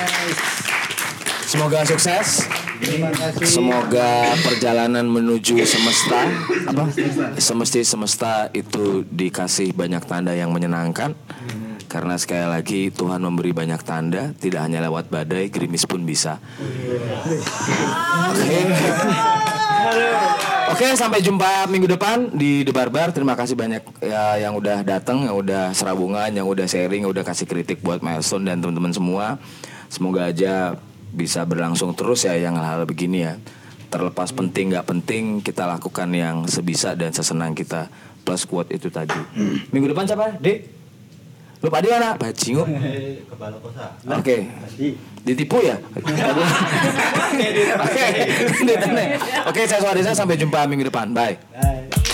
A: Semoga sukses.
C: Terima kasih.
A: Semoga perjalanan menuju semesta apa? Semesti semesta itu dikasih banyak tanda yang menyenangkan. Karena sekali lagi Tuhan memberi banyak tanda, tidak hanya lewat badai, gerimis pun bisa. Oke. Oke, sampai jumpa minggu depan di The Barbar. Terima kasih banyak ya yang udah datang, yang udah serabungan, yang udah sharing, yang udah kasih kritik buat Milestone dan teman-teman semua. Semoga aja bisa berlangsung terus ya yang hal-hal begini ya. Terlepas penting nggak penting, kita lakukan yang sebisa dan sesenang kita. Plus quote itu tadi. Minggu depan siapa? Dek? Lu Pak Adi mana? Bajingo.
M: Kepala kosa.
A: Oke. Ditipu ya? Oke. Oke, saya Suadesa, sampai jumpa minggu depan. Bye.
M: Bye.